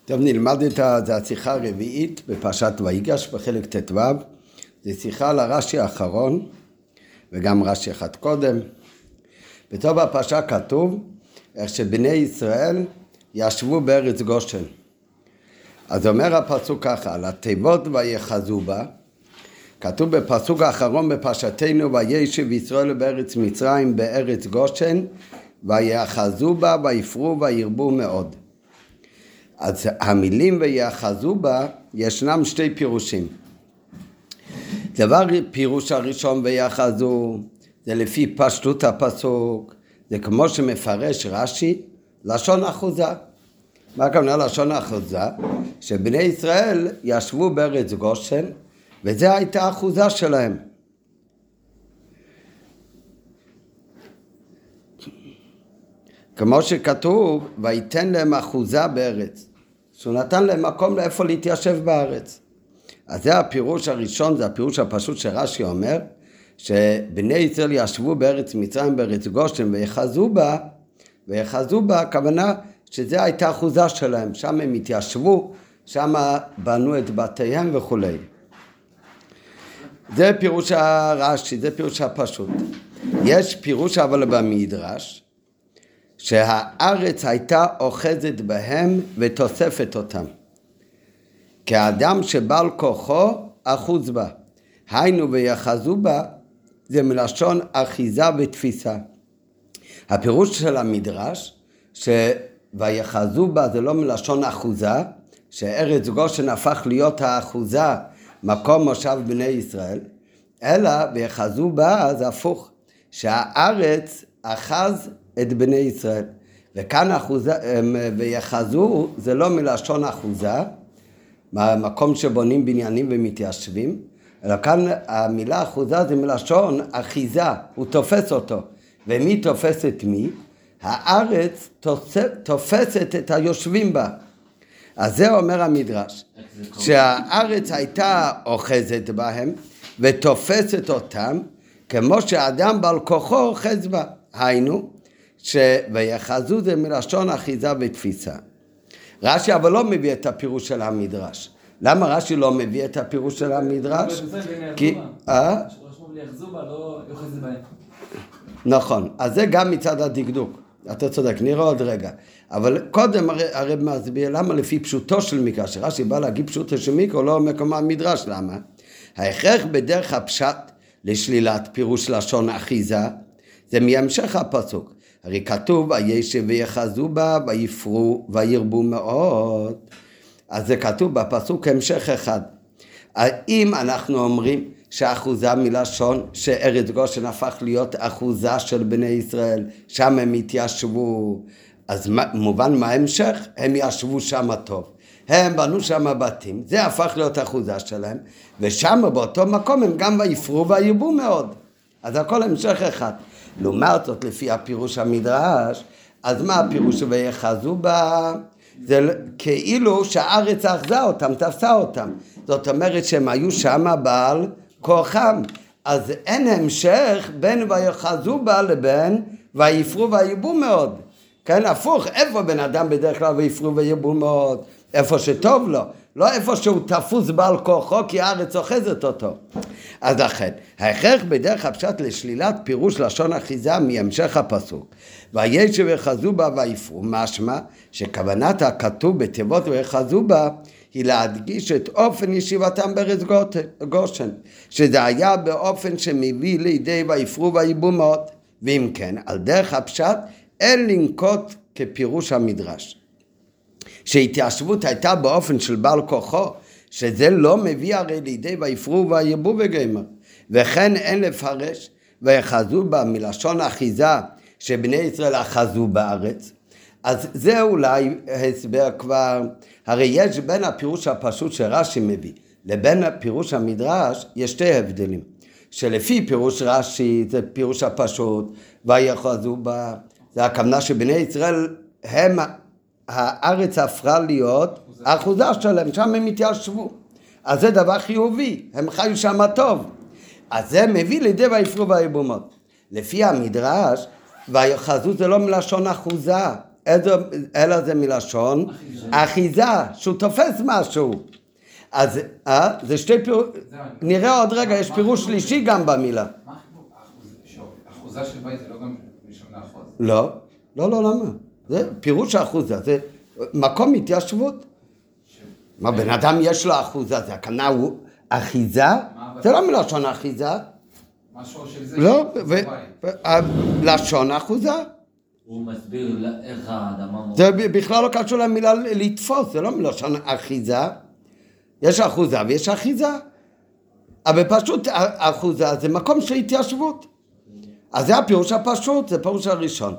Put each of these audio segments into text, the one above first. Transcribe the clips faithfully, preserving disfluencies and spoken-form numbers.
טוב, נלמד את השיחה הרביעית בפרשת ויגש בחלק ט"ו. זו שיחה על הרש"י האחרון וגם רש"י אחד קודם. בטוב הפרשה כתוב איך שבני ישראל ישבו בארץ גושן. אז אומר הפסוק ככה, על התיבות ויחזו בה, כתוב בפסוק האחרון בפרשתנו, וישב ישראל בארץ מצרים בארץ גושן, ויחזו בה ויפרו וירבו מאוד. אז המילים ויחזו בה ישנם שתי פירושים. דבר פירוש הראשון ויחזו זה לפי פשטות הפסוק, זה כמו שמפרש רש"י לשון אחוזה. מה הכוונה לשון אחוזה? שבני ישראל ישבו בארץ גושן וזה הייתה אחוזה שלהם. כמו שכתוב, ויתן להם אחוזה בארץ. שהוא נתן להם מקום לאיפה להתיישב בארץ. אז זה הפירוש הראשון, זה הפירוש הפשוט שרש"י אומר, שבני ישראל ישבו בארץ מצרים, בארץ גושן, ויחזו בה, ויחזו בה, הכוונה שזה הייתה אחוזה שלהם. שם הם התיישבו, שם בנו את בתיהם וכו'. זה פירוש הרש"י, זה פירוש הפשוט. יש פירוש אבל במדרש, שהארץ הייתה אוחזת בהם ותוספת אותם. כאדם שבעל כוחו אחוז בה. היינו ויחזו בה, זה מלשון אחיזה ותפיסה. הפירוש של המדרש, שויחזו בה זה לא מלשון אחוזה, שארץ גושן הפך להיות האחוזה, מקום מושב בני ישראל, אלא ויחזו בה זה הפוך, שהארץ אחז את בני ישראל. וכאן אחוזה, ויחזו זה לא מלשון אחוזה, מקום שבונים בניינים ומתיישבים, אלא כאן המילה אחוזה זה מלשון אחיזה, הוא תופס אותו. ומי תופס את מי? הארץ תופסת את היושבים בה. אז זה אומר המדרש, שהארץ הייתה אוחזת בהם ותופסת אותם, כמו שאדם בעל כוחו אוחז בה. היינו, שויחזו זה מלשון אחיזה ותפיסה. רש"י אבל לא מביא את הפירוש של המדרש. למה רש"י לא מביא את הפירוש של המדרש? כי... אה? נכון, אז זה גם מצד הדקדוק. אתה צודק, נראה עוד רגע. אבל קודם הרב מסביר למה לפי פשוטו של מקרא, שרש"י בא להגיד פשוטו של מקרא, לא מקום המדרש, למה? ההכרח בדרך הפשט לשלילת פירוש לשון אחיזה, זה מהמשך הפסוק. הרי כתוב, וישב ויחזו בה, ויפרו וירבו מאוד. אז זה כתוב בפסוק המשך אחד. אם אנחנו אומרים שאחוזה מלשון, שארץ גושן הפך להיות אחוזה של בני ישראל, שם הם התיישבו, אז מובן מה המשך? הם ישבו שם טוב. הם בנו שם בתים, זה הפך להיות אחוזה שלהם, ושם באותו מקום הם גם ויפרו וירבו מאוד. אז הכל המשך אחד. לעומת זאת לפי הפירוש המדרש, אז מה הפירוש ויחזו בה? זה כאילו שהארץ אחזה אותם, תפסה אותם. זאת אומרת שהם היו שם בעל כוחם. אז אין המשך בין ויחזו בה לבין ויפרו וירבו מאוד. כן, הפוך, איפה בן אדם בדרך כלל ויפרו וירבו מאוד? איפה שטוב לו. לא איפה שהוא תפוס בעל כוחו, כי הארץ אוחזת אותו. אז לכן, ההכרח בדרך הפשט לשלילת פירוש לשון אחיזה מהמשך הפסוק. וישב ויחזו בה ויפרו, משמע שכוונת הכתוב בתיבות ויחזו בה, היא להדגיש את אופן ישיבתם בארץ גושן, שזה היה באופן שמביא לידי ויפרו וירבו מאוד. ואם כן, על דרך הפשט, אין לנקוט כפירוש המדרש. שהתיישבות הייתה באופן של בעל כוחו, שזה לא מביא הרי לידי ויפרו וירבו וגמר. וכן אין לפרש ויחזו בה מלשון אחיזה שבני ישראל אחזו בארץ. אז זה אולי הסבר כבר, הרי יש בין הפירוש הפשוט שרש"י מביא לבין הפירוש המדרש יש שתי הבדלים. שלפי פירוש רש"י זה פירוש הפשוט ויחזו בה, זה הכוונה שבני ישראל הם הארץ הפכה להיות האחוזה שלהם, שם הם התיישבו. אז זה דבר חיובי, הם חיו שם טוב. אז זה מביא לידי ויפרו וירבו מאוד. לפי המדרש, ויחזו זה לא מלשון אחוזה, אלא זה מלשון אחיזה, שהוא תופס משהו. אז אה, זה שתי פירוש, נראה עוד רגע, יש פירוש שלישי גם במילה. מה אחוזה של בית זה לא גם ראשון לאחוז? לא, לא, לא, למה? זה פירוש האחוזה, זה מקום התיישבות. מה, בן אדם יש לו אחוזה, זה הכוונה הוא אחיזה? זה לא מלשון אחיזה. משהו של זה? לא, לשון אחוזה. הוא מסביר איך האדמה... זה בכלל לא קשור למילה לתפוס, זה לא מלשון אחיזה. יש אחוזה ויש אחיזה. אבל פשוט אחוזה זה מקום של התיישבות. אז זה הפירוש הפשוט, זה הפירוש הראשון.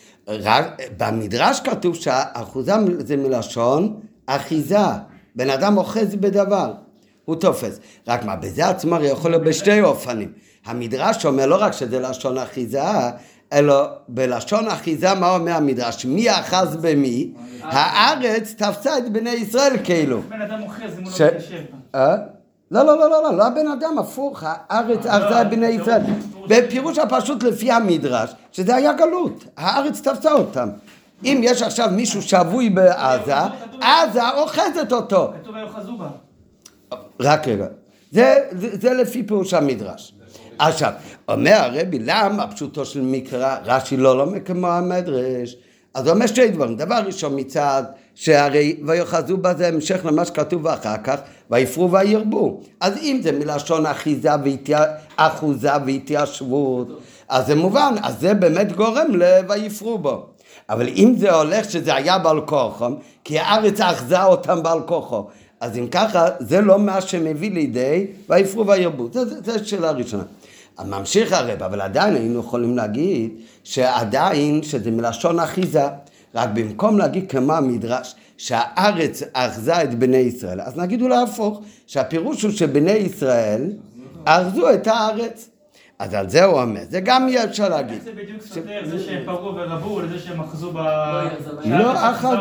במדרש כתוב שהאחוזה זה מלשון אחיזה. בן אדם אוחז בדבר, הוא תופס. רק מה, בזה עצמו יכול להיות בשתי אופנים. המדרש אומר לא רק שזה לשון אחיזה, אלא בלשון אחיזה מה אומר המדרש? מי אחז במי? הארץ תפסה את בני ישראל כאילו. בן אדם אוחז, אם הוא לא מתיישב. אה? לא, לא, לא, לא, לא, הבן אדם הפוך, הארץ אחזה את בני ישראל. בפירוש הפשוט לפי המדרש, שזה היה גלות, הארץ תפסה אותם. אם יש עכשיו מישהו שבוי בעזה, עזה אוחזת אותו. כתוב ויאחזו בה. רק רגע, זה, זה, זה לפי פירוש המדרש. עכשיו, אומר הרבי, למה פשוטו של מקרא, רש"י לא לומד כמו המדרש? אז הוא אומר שתי דברים, דבר ראשון מצד, שהרי ויאחזו בה זה המשך למה שכתוב אחר כך, ויפרו וירבו. אז אם זה מלשון אחיזה ואחוזה והתיישבות, אז זה מובן, אז זה באמת גורם לויפרו בו. אבל אם זה הולך שזה היה בעל כוחם, כי הארץ אחזה אותם בעל כוחו, אז אם ככה, זה לא מה שמביא לידי ויפרו וירבו. זה, זה, זה שאלה ראשונה. ממשיך הרב, אבל עדיין היינו יכולים להגיד שעדיין שזה מלשון אחיזה, רק במקום להגיד כמו המדרש שהארץ אחזה את בני ישראל, אז נגיד אולי הפוך, שהפירוש הוא שבני ישראל אחזו את הארץ. אז על זה הוא אומר, זה גם יהיה אפשר להגיד. זה בדיוק סותר, זה שהם פרעו ורבו, לזה שהם אחזו ב... לא אחת,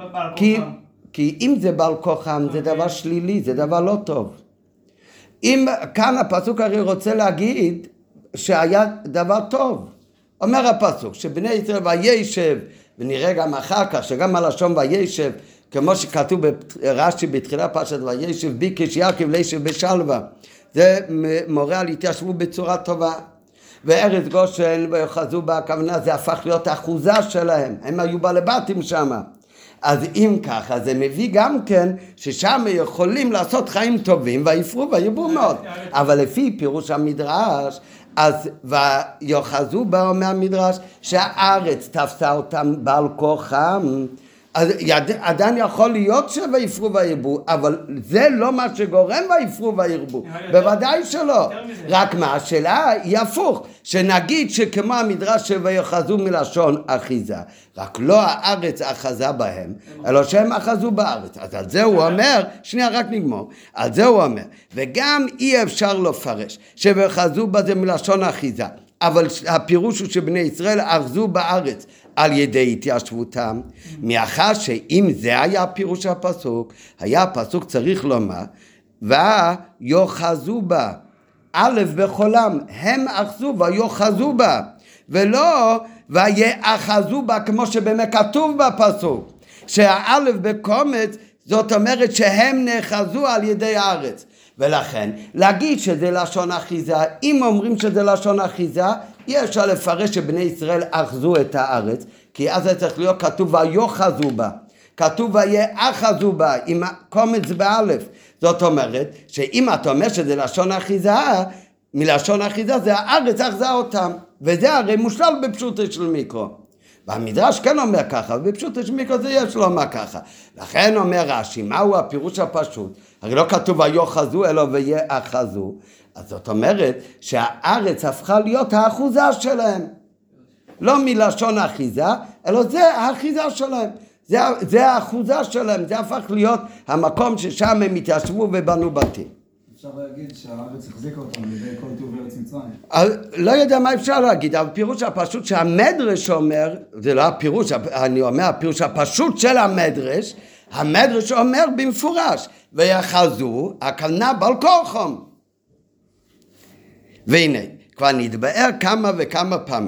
כי אם זה בעל כוחם זה דבר שלילי, זה דבר לא טוב. אם כאן הפסוק הרי רוצה להגיד שהיה דבר טוב. אומר הפסוק שבני ישראל וישב, ונראה גם אחר כך שגם הלשון וישב, כמו שכתוב ברש"י בתחילת פרשת וישב, ביקש יעקב לישב בשלווה. זה מורה על התיישבו בצורה טובה. וארץ גושן ויאחזו בה, הכוונה זה הפך להיות האחוזה שלהם. הם היו בעלי בתים שם. אז אם ככה, זה מביא גם כן ששם יכולים לעשות חיים טובים ויפרו וירבו מאוד. אבל לפי פירוש המדרש, אז ויאחזו בה אומר המדרש שהארץ תפסה אותם בעל כוחם. אז עדיין יכול להיות שויפרו וירבו, אבל זה לא מה שגורם ויפרו וירבו, בוודאי שלא. רק מה, השאלה היא הפוך, שנגיד שכמו המדרש שויאחזו מלשון אחיזה, רק לא הארץ אחזה בהם, אלא שהם אחזו בארץ. אז על זה הוא אומר, שנייה רק נגמור, על זה הוא אומר, וגם אי אפשר לפרש שויאחזו בזה מלשון אחיזה, אבל הפירוש הוא שבני ישראל אחזו בארץ על ידי התיישבותם, מאחר שאם זה היה הפירוש הפסוק, היה הפסוק צריך לומר, ויאחזו בה, א' בחולם, הם אחזו ויאחזו בה, ולא ויאחזו בה כמו שבאמת כתוב בפסוק, שהא' בקומץ זאת אומרת שהם נאחזו על ידי הארץ. ולכן, להגיד שזה לשון אחיזה, אם אומרים שזה לשון אחיזה, אי אפשר לפרש שבני ישראל אחזו את הארץ, כי אז זה צריך להיות כתוב ויאחזו בה. כתוב ויאחזו בה, עם קומץ באלף. זאת אומרת, שאם אתה אומר שזה לשון אחיזה, מלשון אחיזה זה הארץ אחזה אותם. וזה הרי מושלל בפשוטו של מיקרו. והמדרש כן אומר ככה, ובפשוטו של מיקרו זה יש לומר ככה. לכן אומר רש"י, מהו הפירוש הפשוט? הרי לא כתוב ויאחזו אלא ויאחזו. אז זאת אומרת שהארץ הפכה להיות האחוזה שלהם. לא מלשון אחיזה, אלא זה האחיזה שלהם. זה, זה האחוזה שלהם, זה הפך להיות המקום ששם הם התיישבו ובנו בתים. אפשר להגיד שהארץ החזיקה אותם לידי כל טוב ארץ מצרים. לא יודע מה אפשר להגיד, אבל הפירוש הפשוט שהמדרש אומר, זה לא הפירוש, אני אומר הפירוש הפשוט של המדרש, המדרש אומר במפורש, ויאחזו, הכוונה בעל כוחם. והנה, כבר נתבאר כמה וכמה פעמים,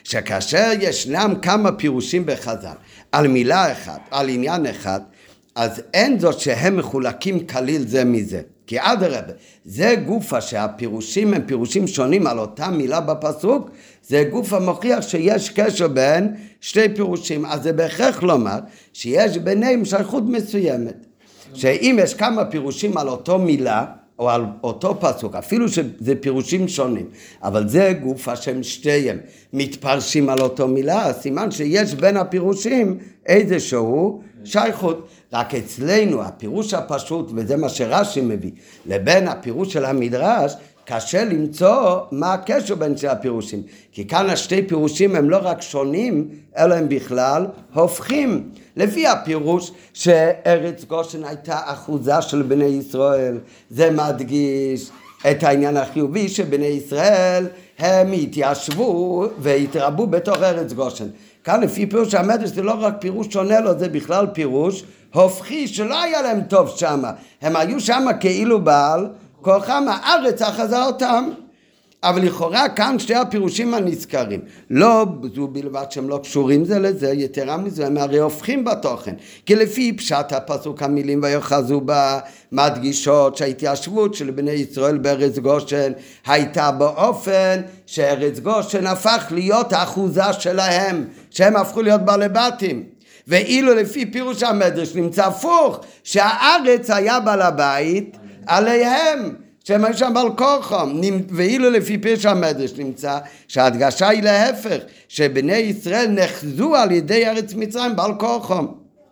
שכאשר ישנם כמה פירושים בחז"ל על מילה אחת, על עניין אחד, אז אין זאת שהם מחולקים כליל זה מזה. כי אדרבה, זה גופה שהפירושים הם פירושים שונים על אותה מילה בפסוק, זה גוף המוכיח שיש קשר בין שתי פירושים. אז זה בהכרח לומר שיש ביניהם שייכות מסוימת. שאם יש כמה פירושים על אותו מילה, או על אותו פסוק, אפילו שזה פירושים שונים, אבל זה גופה שהם שתיהם מתפרשים על אותו מילה, סימן שיש בין הפירושים איזשהו שייכות. רק אצלנו הפירוש הפשוט, וזה מה שרש"י מביא, לבין הפירוש של המדרש, קשה למצוא מה הקשר בין שני הפירושים. כי כאן השתי פירושים הם לא רק שונים, אלא הם בכלל הופכים. לפי הפירוש שארץ גושן הייתה אחוזה של בני ישראל, זה מדגיש את העניין החיובי שבני ישראל הם התיישבו והתרבו בתוך ארץ גושן. כאן לפי פירוש המדרש זה לא רק פירוש שונה לו, זה בכלל פירוש הופכי שלא היה להם טוב שם. הם היו שם כאילו בעל כוחם, הארץ אחזה אותם. אבל לכאורה כאן שתי הפירושים הנזכרים, לא זו בלבד שהם לא קשורים זה לזה, יתרה מזה, הם הרי הופכים בתוכן. כי לפי פשט הפסוק המילים ויאחזו בה מדגישות שההתיישבות של בני ישראל בארץ גושן הייתה באופן שארץ גושן הפך להיות האחוזה שלהם, שהם הפכו להיות בעלי בתים. ואילו לפי פירוש המדרש נמצא הפוך, שהארץ היה בעל הבית עליהם, שהם היו שם בעל כוחם. ואילו לפי פירוש המדרש נמצא שההדגשה היא להפך, שבני ישראל נחזו על ידי ארץ מצרים בעל כוחם.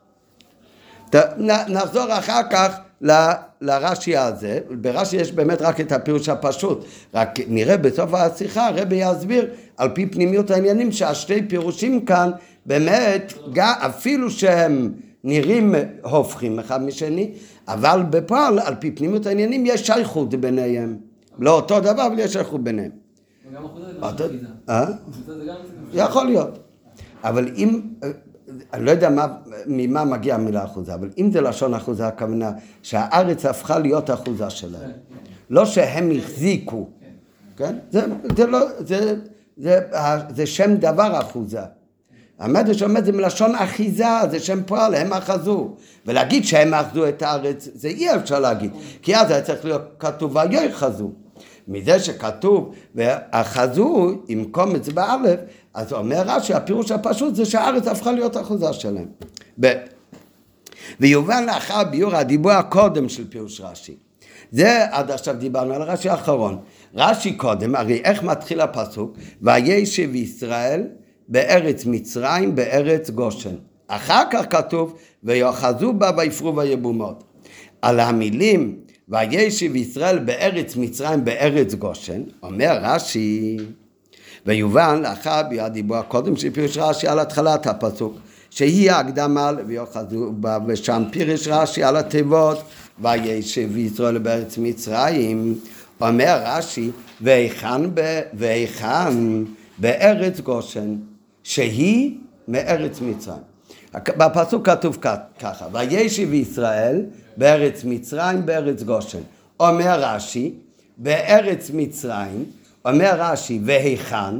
נחזור אחר כך לרש"י הזה. ברש"י יש באמת רק את הפירוש הפשוט, רק נראה בסוף השיחה הרבי יסביר על פי פנימיות העניינים שהשתי פירושים כאן באמת אפילו שהם נראים הופכים אחד משני, אבל בפועל על פי פנימיות העניינים יש שייכות ביניהם, לא אותו דבר אבל יש שייכות ביניהם. וגם אחוזה זה גם אחיזה. אה? אחוזה זה גם... יכול להיות, אבל אם אני לא יודע מה, ממה מגיעה המילה אחוזה, אבל אם זה לשון אחוזה, הכוונה שהארץ הפכה להיות אחוזה שלהם. לא שהם החזיקו, כן? זה, זה, לא, זה, זה, זה שם דבר אחוזה. המדרש אומר זה מלשון אחיזה, זה שם פועל, הם אחזו. ולהגיד שהם אחזו את הארץ, זה אי אפשר להגיד. כי אז היה צריך להיות כתוב ויאחזו. מזה שכתוב ואחזו עם קומץ באלף, אז אומר רש"י, הפירוש הפשוט זה שהארץ הפכה להיות אחוזה שלהם. ב. ויובן לאחר ביור הדיבור הקודם של פירוש רש"י. זה עד עכשיו דיברנו על רש"י האחרון. רש"י קודם, הרי איך מתחיל הפסוק? וישב ישראל בארץ מצרים בארץ גושן. אחר כך כתוב ויאחזו בה ויפרו ויבומות. על המילים וישב ישראל בארץ מצרים בארץ גושן, אומר רש"י, ויובן לאחר הדיבור הקודם של פירוש רש"י על התחלת הפסוק, שהיא ההקדמה ויאחזו בה, ושם פירוש רש"י על התיבות וישב ישראל בארץ מצרים. אומר רש"י והיכן והיכן בארץ גושן, שהיא מארץ מצרים. בפסוק כתוב ככה, וישב ישראל בארץ מצרים בארץ גושן. אומר רש"י בארץ מצרים, אומר רש"י והיכן,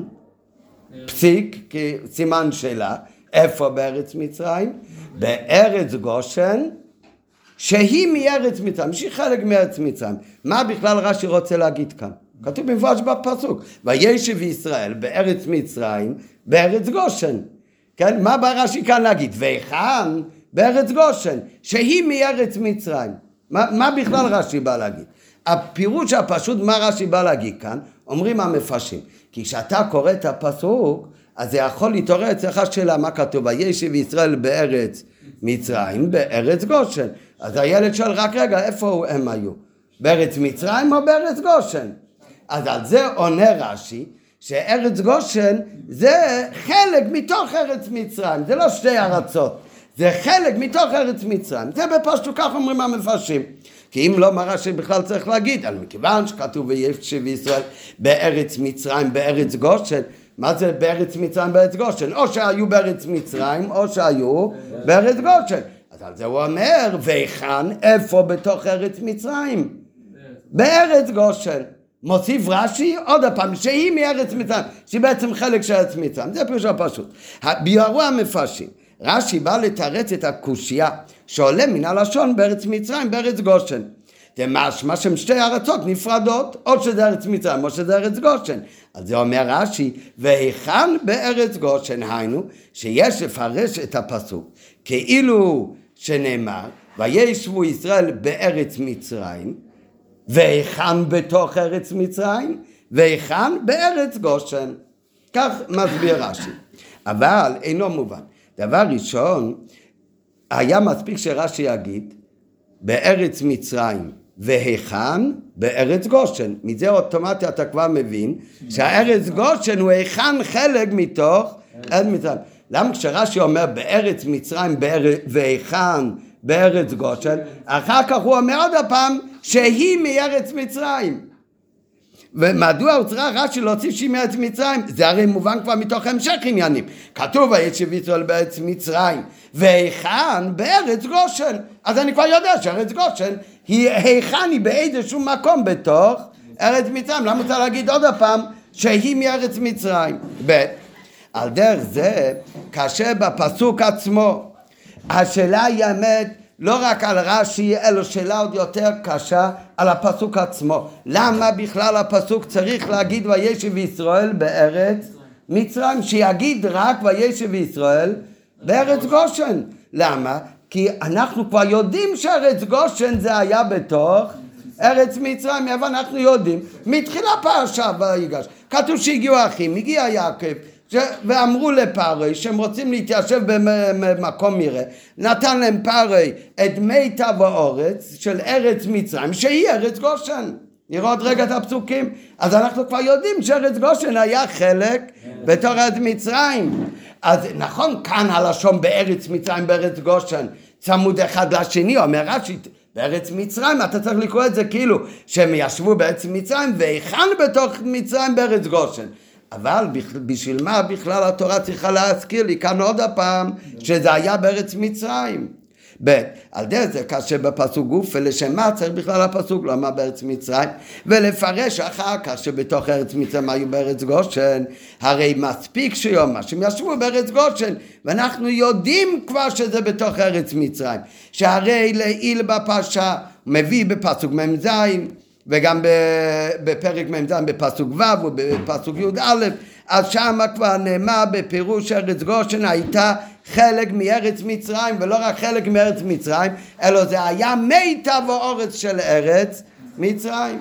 פסיק כסימן שאלה, איפה בארץ מצרים? בארץ גושן שהיא מארץ מצרים, שהיא חלק מארץ מצרים. מה בכלל רש"י רוצה להגיד כאן? כתוב במפורש בפסוק, וישב ישראל בארץ מצרים בארץ גושן. כן? מה בא רש"י כאן להגיד? והיכן בארץ גושן, שהיא מארץ מצרים. מה, מה בכלל רש"י בא להגיד? הפירוש הפשוט מה רש"י בא להגיד כאן, אומרים המפרשים, כי כשאתה קורא את הפסוק, אז זה יכול להתעורר אצלך שאלה מה כתוב, וישב ישראל בארץ מצרים בארץ גושן. אז הילד שואל רק רגע, איפה הם היו? בארץ מצרים או בארץ גושן? אז על זה עונה רש"י, שארץ גושן זה חלק מתוך ארץ מצרים, זה לא שתי ארצות, זה חלק מתוך ארץ מצרים. זה בפשטות כך אומרים המפרשים. כי אם לא מה רש"י בכלל צריך להגיד, על מכיוון שכתוב וישב ישראל בארץ מצרים בארץ גושן, מה זה בארץ מצרים בארץ גושן? או שהיו בארץ מצרים או שהיו בארץ גושן. אז על זה הוא אומר, והיכן, איפה בתוך ארץ מצרים? בארץ גושן. מוסיף רש"י עוד פעם, שהיא מארץ מצרים, שהיא בעצם חלק של ארץ מצרים, זה פירוש הפשוט. ביארו המפרשים, רש"י בא לתרץ את הקושייה שעולה מן הלשון בארץ מצרים, בארץ גושן. זה משמע שהם שתי ארצות נפרדות, או שזה ארץ מצרים או שזה ארץ גושן. אז זה אומר רש"י, והיכן בארץ גושן, היינו, שיש לפרש את הפסוק, כאילו שנאמר, וישבו ישראל בארץ מצרים, והיכן בתוך ארץ מצרים, והיכן בארץ גושן. כך מסביר רש"י. אבל אינו מובן. דבר ראשון, היה מספיק שרש"י יגיד, בארץ מצרים, והיכן בארץ גושן. מזה אוטומטי אתה כבר מבין, שהארץ גושן הוא היכן חלק מתוך ארץ מצרים. למה כשרש"י אומר בארץ מצרים והיכן בארץ גושן, אחר כך הוא אומר עוד הפעם שהיא מארץ מצרים. ומדוע הוא צריך רש"י להוסיף שהיא מארץ מצרים? זה הרי מובן כבר מתוך המשך עניינים. כתוב וישב ישראל בארץ מצרים והיכן בארץ גושן. אז אני כבר יודע שארץ גושן היא היכן היא באיזשהו מקום בתוך ארץ מצרים. למה צריך להגיד עוד הפעם שהיא מארץ מצרים? ב' על דרך זה כאשר בפסוק עצמו השאלה היא האמת לא רק על רש"י, אלא שאלה עוד יותר קשה על הפסוק עצמו. למה בכלל הפסוק צריך להגיד וישב ישראל בארץ מצרים? שיגיד רק וישב ישראל בארץ גושן. למה? כי אנחנו כבר יודעים שארץ גושן זה היה בתוך ארץ מצרים, אבל אנחנו יודעים מתחילה פרשה ויגש. כתוב שהגיעו אחים, הגיע יעקב ואמרו לפרעה שהם רוצים להתיישב במקום מרעה, נתן להם פרעה את מיטב הארץ של ארץ מצרים שהיא ארץ גושן. נראה עוד רגע את הפסוקים. אז אנחנו כבר יודעים שארץ גושן היה חלק בתור ארץ מצרים. אז נכון כאן הלשון בארץ מצרים בארץ גושן צמוד אחד לשני, אומר רש"י בארץ מצרים, אתה צריך לקרוא את זה כאילו שהם ישבו בארץ מצרים והיכן בתוך מצרים בארץ גושן. אבל בשביל מה בכלל התורה צריכה להזכיר לי כאן עוד הפעם שזה היה בארץ מצרים? ב' על דרך זה כאשר בפסוק גוף ולשם מה צריך בכלל הפסוק למה בארץ מצרים, ולפרש אחר כך שבתוך ארץ מצרים היו בארץ גושן. הרי מספיק שיום שהם ישבו בארץ גושן ואנחנו יודעים כבר שזה בתוך ארץ מצרים, שהרי לעיל בפרשה מביא בפסוק מ"ז וגם בפרק מ"ז בפסוק ו' ובפסוק י"א, אז שם כבר נאמר בפירוש ארץ גושן הייתה חלק מארץ מצרים, ולא רק חלק מארץ מצרים, אלא זה היה מיטב הארץ של ארץ מצרים.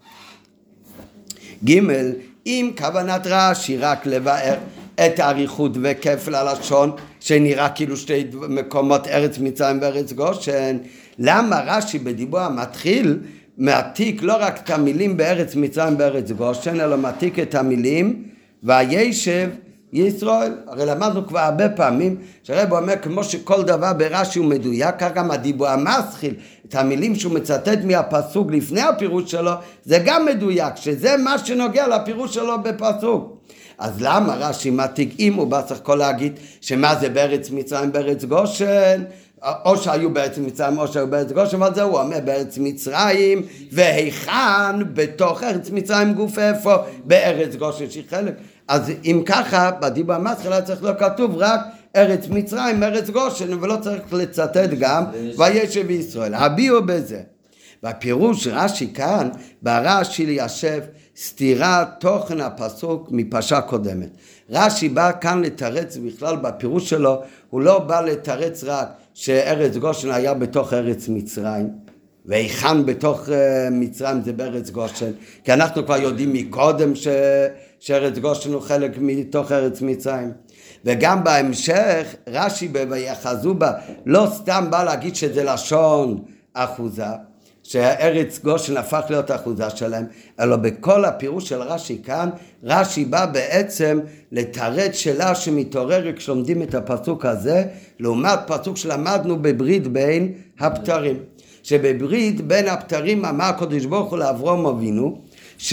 ג' אם כוונת רש"י רק לבאר את האריכות וכפל הלשון שנראה כאילו שתי מקומות ארץ מצרים וארץ גושן, למה רש"י בדיבור המתחיל מעתיק לא רק את המילים בארץ מצרים בארץ גושן, אלא מעתיק את המילים וישב ישראל? הרי למדנו כבר הרבה פעמים שהרב אומר כמו שכל דבר ברש"י הוא מדויק, כך גם הדיבור המתחיל, את המילים שהוא מצטט מהפסוק לפני הפירוש שלו, זה גם מדויק, שזה מה שנוגע לפירוש שלו בפסוק. אז למה רש"י מעתיק אם הוא בא צריך כל להגיד שמה זה בארץ מצרים בארץ גושן, או שהיו בארץ מצרים או שהיו בארץ גושן, אבל זה הוא אומר בארץ מצרים והיכן בתוך ארץ מצרים גוף איפה בארץ גושן שהיא חלק. אז אם ככה בדיבור המתחיל צריך לא כתוב רק ארץ מצרים ארץ גושן, ולא צריך לצטט גם וישב ישראל. הביאו בזה בפירוש רש"י כאן ברש"י ליישב סתירה תוכן הפסוק מפרשה קודמת. רש"י בא כאן לתרץ בכלל בפירוש שלו, הוא לא בא לתרץ רק שארץ גושן היה בתוך ארץ מצרים והיכן בתוך uh, מצרים זה בארץ גושן, כי אנחנו כבר יודעים מקודם ש... שארץ גושן הוא חלק מתוך ארץ מצרים. וגם בהמשך רש"י ויחזו בה לא סתם בא להגיד שזה לשון אחוזה, שהארץ גושן הפך להיות אחוזה שלהם, אלא בכל הפירוש של רש"י כאן, רש"י בא בעצם לתרץ שאלה שמתעורר כשלומדים את הפסוק הזה, לעומת פסוק שלמדנו בברית בין הפטרים. שבברית בין הפטרים אמר הקדוש ברוך הוא לאברהם אבינו,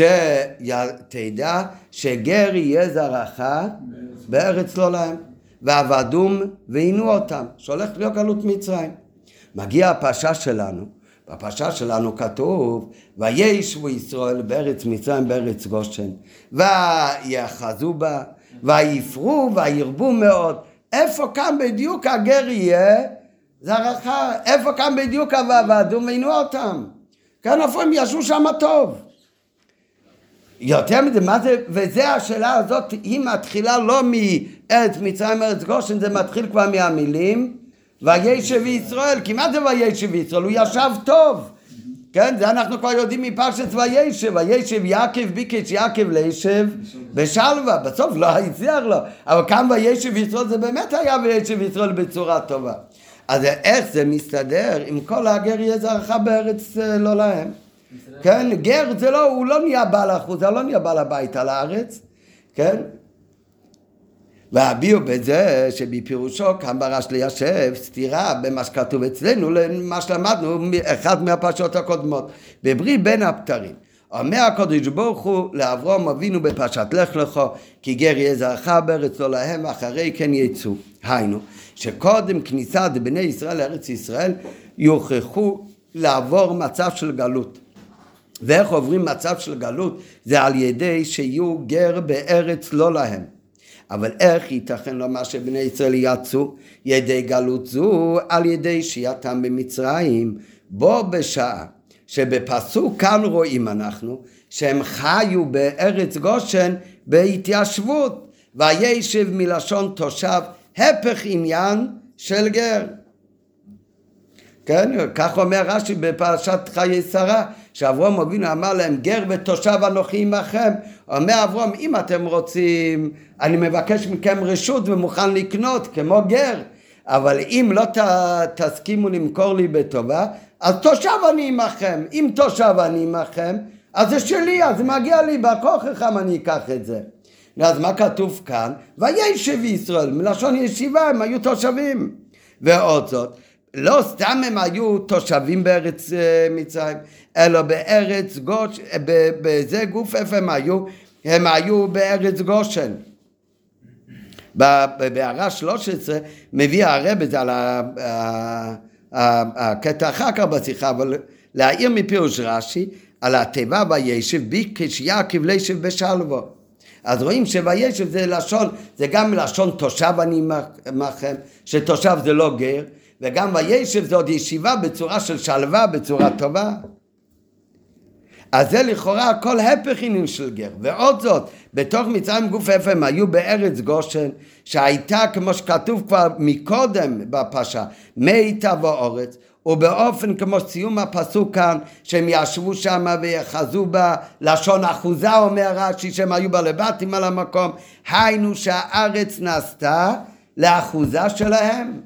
שתדע שגר יהיה זרעך בארץ לא להם, ועבדום ועינו אותם, שהולך להיות גלות מצרים. מגיע הפרשה שלנו, בפרשה שלנו כתוב, וישבו ישראל בארץ מצרים בארץ גושן, ויאחזו בה, ויפרו וירבו מאוד. איפה כאן בדיוק הגר יהיה זרעך? איפה כאן בדיוק ועבדו מינו אותם? כאן איפה הם ישבו שם טוב? יותר מזה, מה זה, וזה השאלה הזאת, היא מתחילה לא מארץ מצרים ארץ גושן, זה מתחיל כבר מהמילים וישב ישראל. כי מה זה וישב ישראל? הוא ישב טוב, כן? זה אנחנו כבר יודעים מפרשת וישב. וישב יעקב ביקש יעקב לישב בשלווה, בסוף לא הצליח לו, אבל כאן וישב ישראל זה באמת היה וישב ישראל בצורה טובה. אז איך זה מסתדר עם כל הגר יהיה זרעך בארץ לא להם? כן, גר זה לא, הוא לא נהיה בעל אחוזה, לא נהיה בעל הבית על הארץ, כן? והביאו בזה שבפירושו כאן ברש ליישב סתירה במה שכתוב אצלנו למה שלמדנו אחד מהפרשות הקודמות בברית בין הבתרים. אומר הקדוש ברוך הוא לאברהם אבינו בפרשת לך לך כי גר יהיה זרעך בארץ לא להם ואחרי כן יצאו. היינו שקודם כניסת בני ישראל לארץ ישראל יוכרחו לעבור מצב של גלות. ואיך עוברים מצב של גלות? זה על ידי שיהיו גר בארץ לא להם. אבל איך ייתכן לומר שבני ישראל יצאו ידי גלות זו? על ידי שהייתם במצרים, בו בשעה שבפסוק כאן רואים אנחנו שהם חיו בארץ גושן בהתיישבות, וישב מלשון תושב, הפך עניין של גר. כן, כך אומר רש"י בפרשת חיי שרה, שאברהם אבינו אמר להם גר ותושב אנוכי עמכם. אומר אברהם, אם אתם רוצים, אני מבקש מכם רשות ומוכן לקנות כמו גר, אבל אם לא ת, תסכימו למכור לי בטובה, אז תושב אני עמכם. אם תושב אני עמכם, אז זה שלי, אז מגיע לי בכוחך אני אקח את זה. אז מה כתוב כאן? וישב ישראל, מלשון ישיבה, הם היו תושבים. ועוד זאת, לא סתם הם היו תושבים בארץ מצרים, אלא בארץ גושן, בזה גוף איפה הם היו? הם היו בארץ גושן. בהערה שלוש עשרה מביא הרב את זה על הקטע אחר כך בשיחה, אבל להעיר מפירוש רש"י על התיבה וישב ביקש יעקב לישב בשלווה. אז רואים שוישב זה לשון, זה גם לשון תושב אני עמכם, שתושב זה לא גר, וגם וישב זה עוד ישיבה בצורה של שלווה, בצורה טובה. אז זה לכאורה הכל הפך עניין של גר. ועוד זאת, בתוך מצרים גוף איפה הם היו בארץ גושן, שהייתה כמו שכתוב כבר מקודם בפרשה, מיתה ואורץ, ובאופן כמו סיום הפסוק כאן, שהם ישבו שם ויחזו בה, לשון אחוזה אומר רש"י, שהם היו בלבטים על המקום, היינו שהארץ נעשתה לאחוזה שלהם.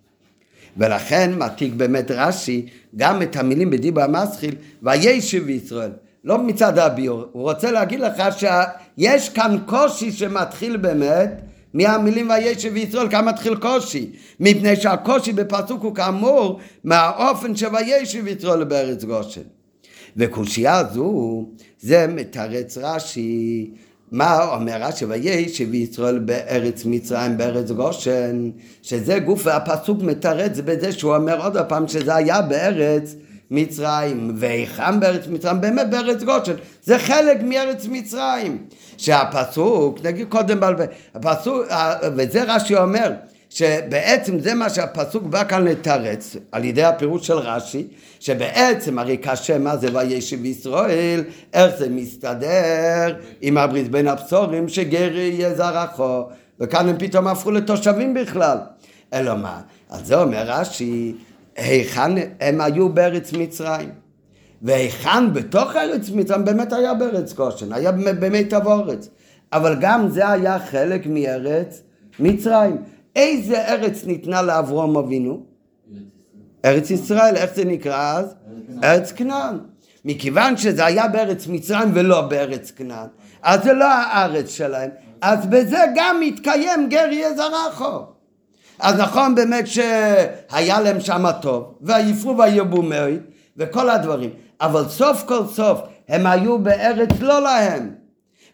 ולכן מתיק באמת רש"י גם את המילים בדיבור המסחיל וישב ישראל, לא מצד הביור, הוא רוצה להגיד לך שיש כאן קושי שמתחיל באמת מהמילים וישב ישראל. כאן מתחיל קושי, מפני שהקושי בפסוק הוא כאמור מהאופן שוישב ישראל בארץ גושן. וקושייה זו זה מתרץ רש"י. מה אומר רש"י? וישב ישראל בארץ מצרים בארץ גושן, שזה גוף והפסוק מתרץ בזה שהוא אומר עוד הפעם שזה היה בארץ מצרים. והיכן בארץ מצרים? באמת בארץ גושן, זה חלק מארץ מצרים. שהפסוק, נגיד קודם בלבי, הפסוק, וזה רש"י אומר שבעצם זה מה שהפסוק בא כאן לתרץ על ידי הפירוש של רש"י, שבעצם הרי קשה מה זה וישב ישראל, איך זה מסתדר עם הברית בין הבשורים שגר יהיה זרעך, וכאן הם פתאום הפכו לתושבים בכלל. אלא מה? אז זה אומר רש"י, היכן הם היו בארץ מצרים, והיכן בתוך ארץ מצרים באמת היה בארץ גושן, היה במיטב הארץ, אבל גם זה היה חלק מארץ מצרים. איזה ארץ ניתנה לאברהם אבינו? ארץ ישראל. איך זה נקרא אז? ארץ כנען. מכיוון שזה היה בארץ מצרים ולא בארץ כנען, אז זה לא הארץ שלהם, אז בזה גם מתקיים גר יהיה זרעך. אז נכון באמת שהיה להם שם טוב, ויפרו וירבו מאוד וכל הדברים, אבל סוף כל סוף הם היו בארץ לא להם.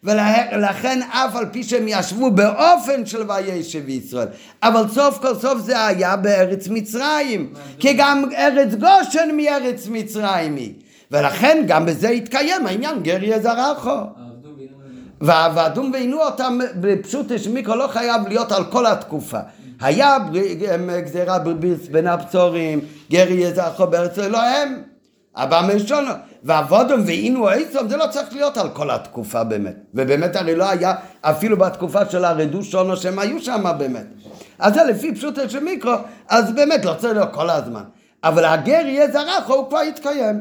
ולכן אף על פי שהם ישבו באופן של וישב ישראל, אבל סוף כל סוף זה היה בארץ מצרים, כי גם ארץ גושן מארץ מצרים היא, ולכן גם בזה התקיים העניין גר יהיה זרעו. ועבדום ועינו אותם בפשוט שמיקרו לא חייב להיות על כל התקופה. היה גזירה ברביס בין הבצורים, גר יהיה זרעו בארץ אלוהם, אבא משונו, ועבדום ועינו איסום, זה לא צריך להיות על כל התקופה באמת. ובאמת הרי לא היה אפילו בתקופה של הרדו שונו שהם היו שם באמת. אז זה לפי פשוט שמיקרו, אז באמת לא צריך להיות כל הזמן. אבל הגר יהיה זרעו הוא כבר יתקיים.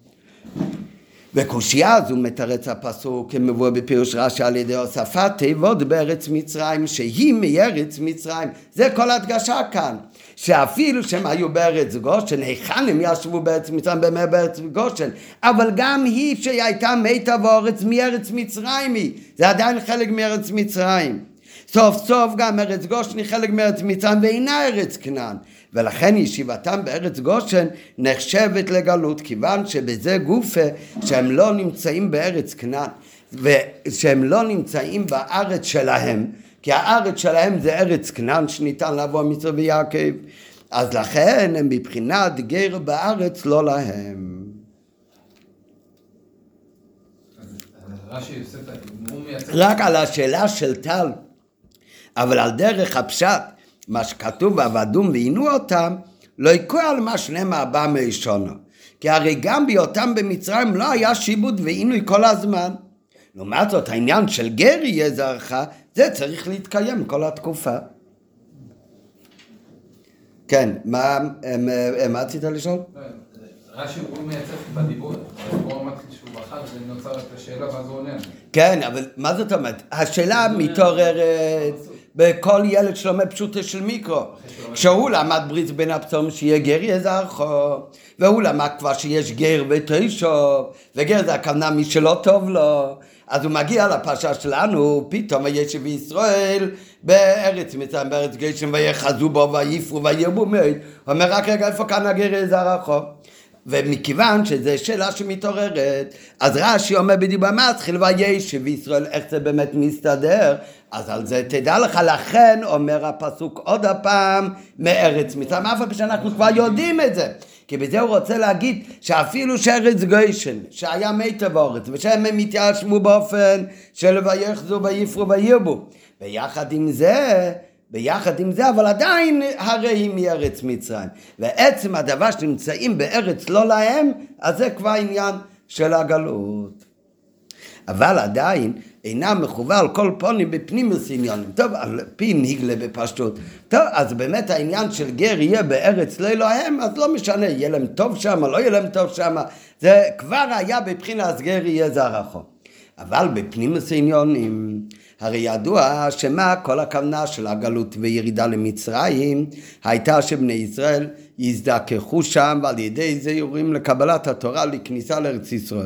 וקושייה הזו מתרץ הפסוק כמבוא בפירוש רש"י על ידי הוספת תיבות בארץ מצרים שהיא מארץ מצרים. זה כל הדגשה כאן, שאפילו שהם היו בארץ גושן, היכן הם ישבו בארץ מצרים? באמת בארץ גושן, אבל גם היא שהיא הייתה מתה ואורץ מארץ מצרים היא, זה עדיין חלק מארץ מצרים. סוף סוף גם ארץ גושן היא חלק מארץ מצרים ואינה ארץ כנען, ולכן ישיבתם בארץ גושן נחשבת לגלות, כיוון שבזה גופה שהם לא נמצאים בארץ כנען, ושהם לא נמצאים בארץ שלהם, כי הארץ שלהם זה ארץ כנען שניתן לבוא מצווה ויעקב, אז לכן הם מבחינת גר בארץ לא להם. רש"י יוסף, הוא מייצג... רק על השאלה של טל, אבל על דרך הפשט, מה שכתוב ועבדום ועינו אותם, לא יקרו על מה שנאמר הבא מראשונו. כי הרי גם בהיותם במצרים לא היה שיבוד ועינוי כל הזמן. לעומת זאת, העניין של גר יהיה זרעך, זה צריך להתקיים כל התקופה. כן, מה, מה רצית לשאול? רש"י הוא מייצג בדיבור, הוא אמר שהוא בחר, זה נוצר את השאלה ואז הוא עונה. כן, אבל מה זאת אומרת? השאלה מתעוררת בכל ילד שלומד פשוטה של מיקרו. כשהוא למד ברית בין הבצורים שיהיה גר יהיה זרעו, והוא למד כבר שיש גר ותשוב, וגר זה הכוונה מי שלא טוב לו, אז הוא מגיע לפרשה שלנו, פתאום וישב ישראל בארץ מצרים, בארץ גושן, ויחזו בו ויפרו וירבו מאוד. הוא אומר רק רגע איפה כאן הגר יהיה זרעו? ומכיוון שזו שאלה שמתעוררת, אז רש"י אומר בדיבור מתחיל וישב ישראל, איך זה באמת מסתדר? אז על זה תדע לך, לכן אומר הפסוק עוד הפעם מארץ מצרים, אף על שאנחנו כבר יודעים את זה, כי בזה הוא רוצה להגיד שאפילו שארץ גושן שהיה מתה ואורץ ושהם מתיישבו באופן של ויחזו ויפרו וירבו, ביחד עם זה ביחד עם זה, אבל עדיין הרי היא מארץ מצרים. ועצם הדבר שנמצאים בארץ לא להם, אז זה כבר עניין של הגלות. אבל עדיין אינם מחובר על כל פונים בפנימיוס עניונים. טוב, על פי נגלה בפשטות. טוב, אז באמת העניין של גר יהיה בארץ לא להם, אז לא משנה, יהיה להם טוב שם, לא יהיה להם טוב שם. זה כבר היה בבחינת גר יהיה זרעו. אבל בפנימיוס עניונים, הרי ידוע שמה כל הכוונה של הגלות וירידה למצרים הייתה שבני ישראל יזדככו שם, ועל ידי זה יורים לקבלת התורה לכניסה לארץ ישראל.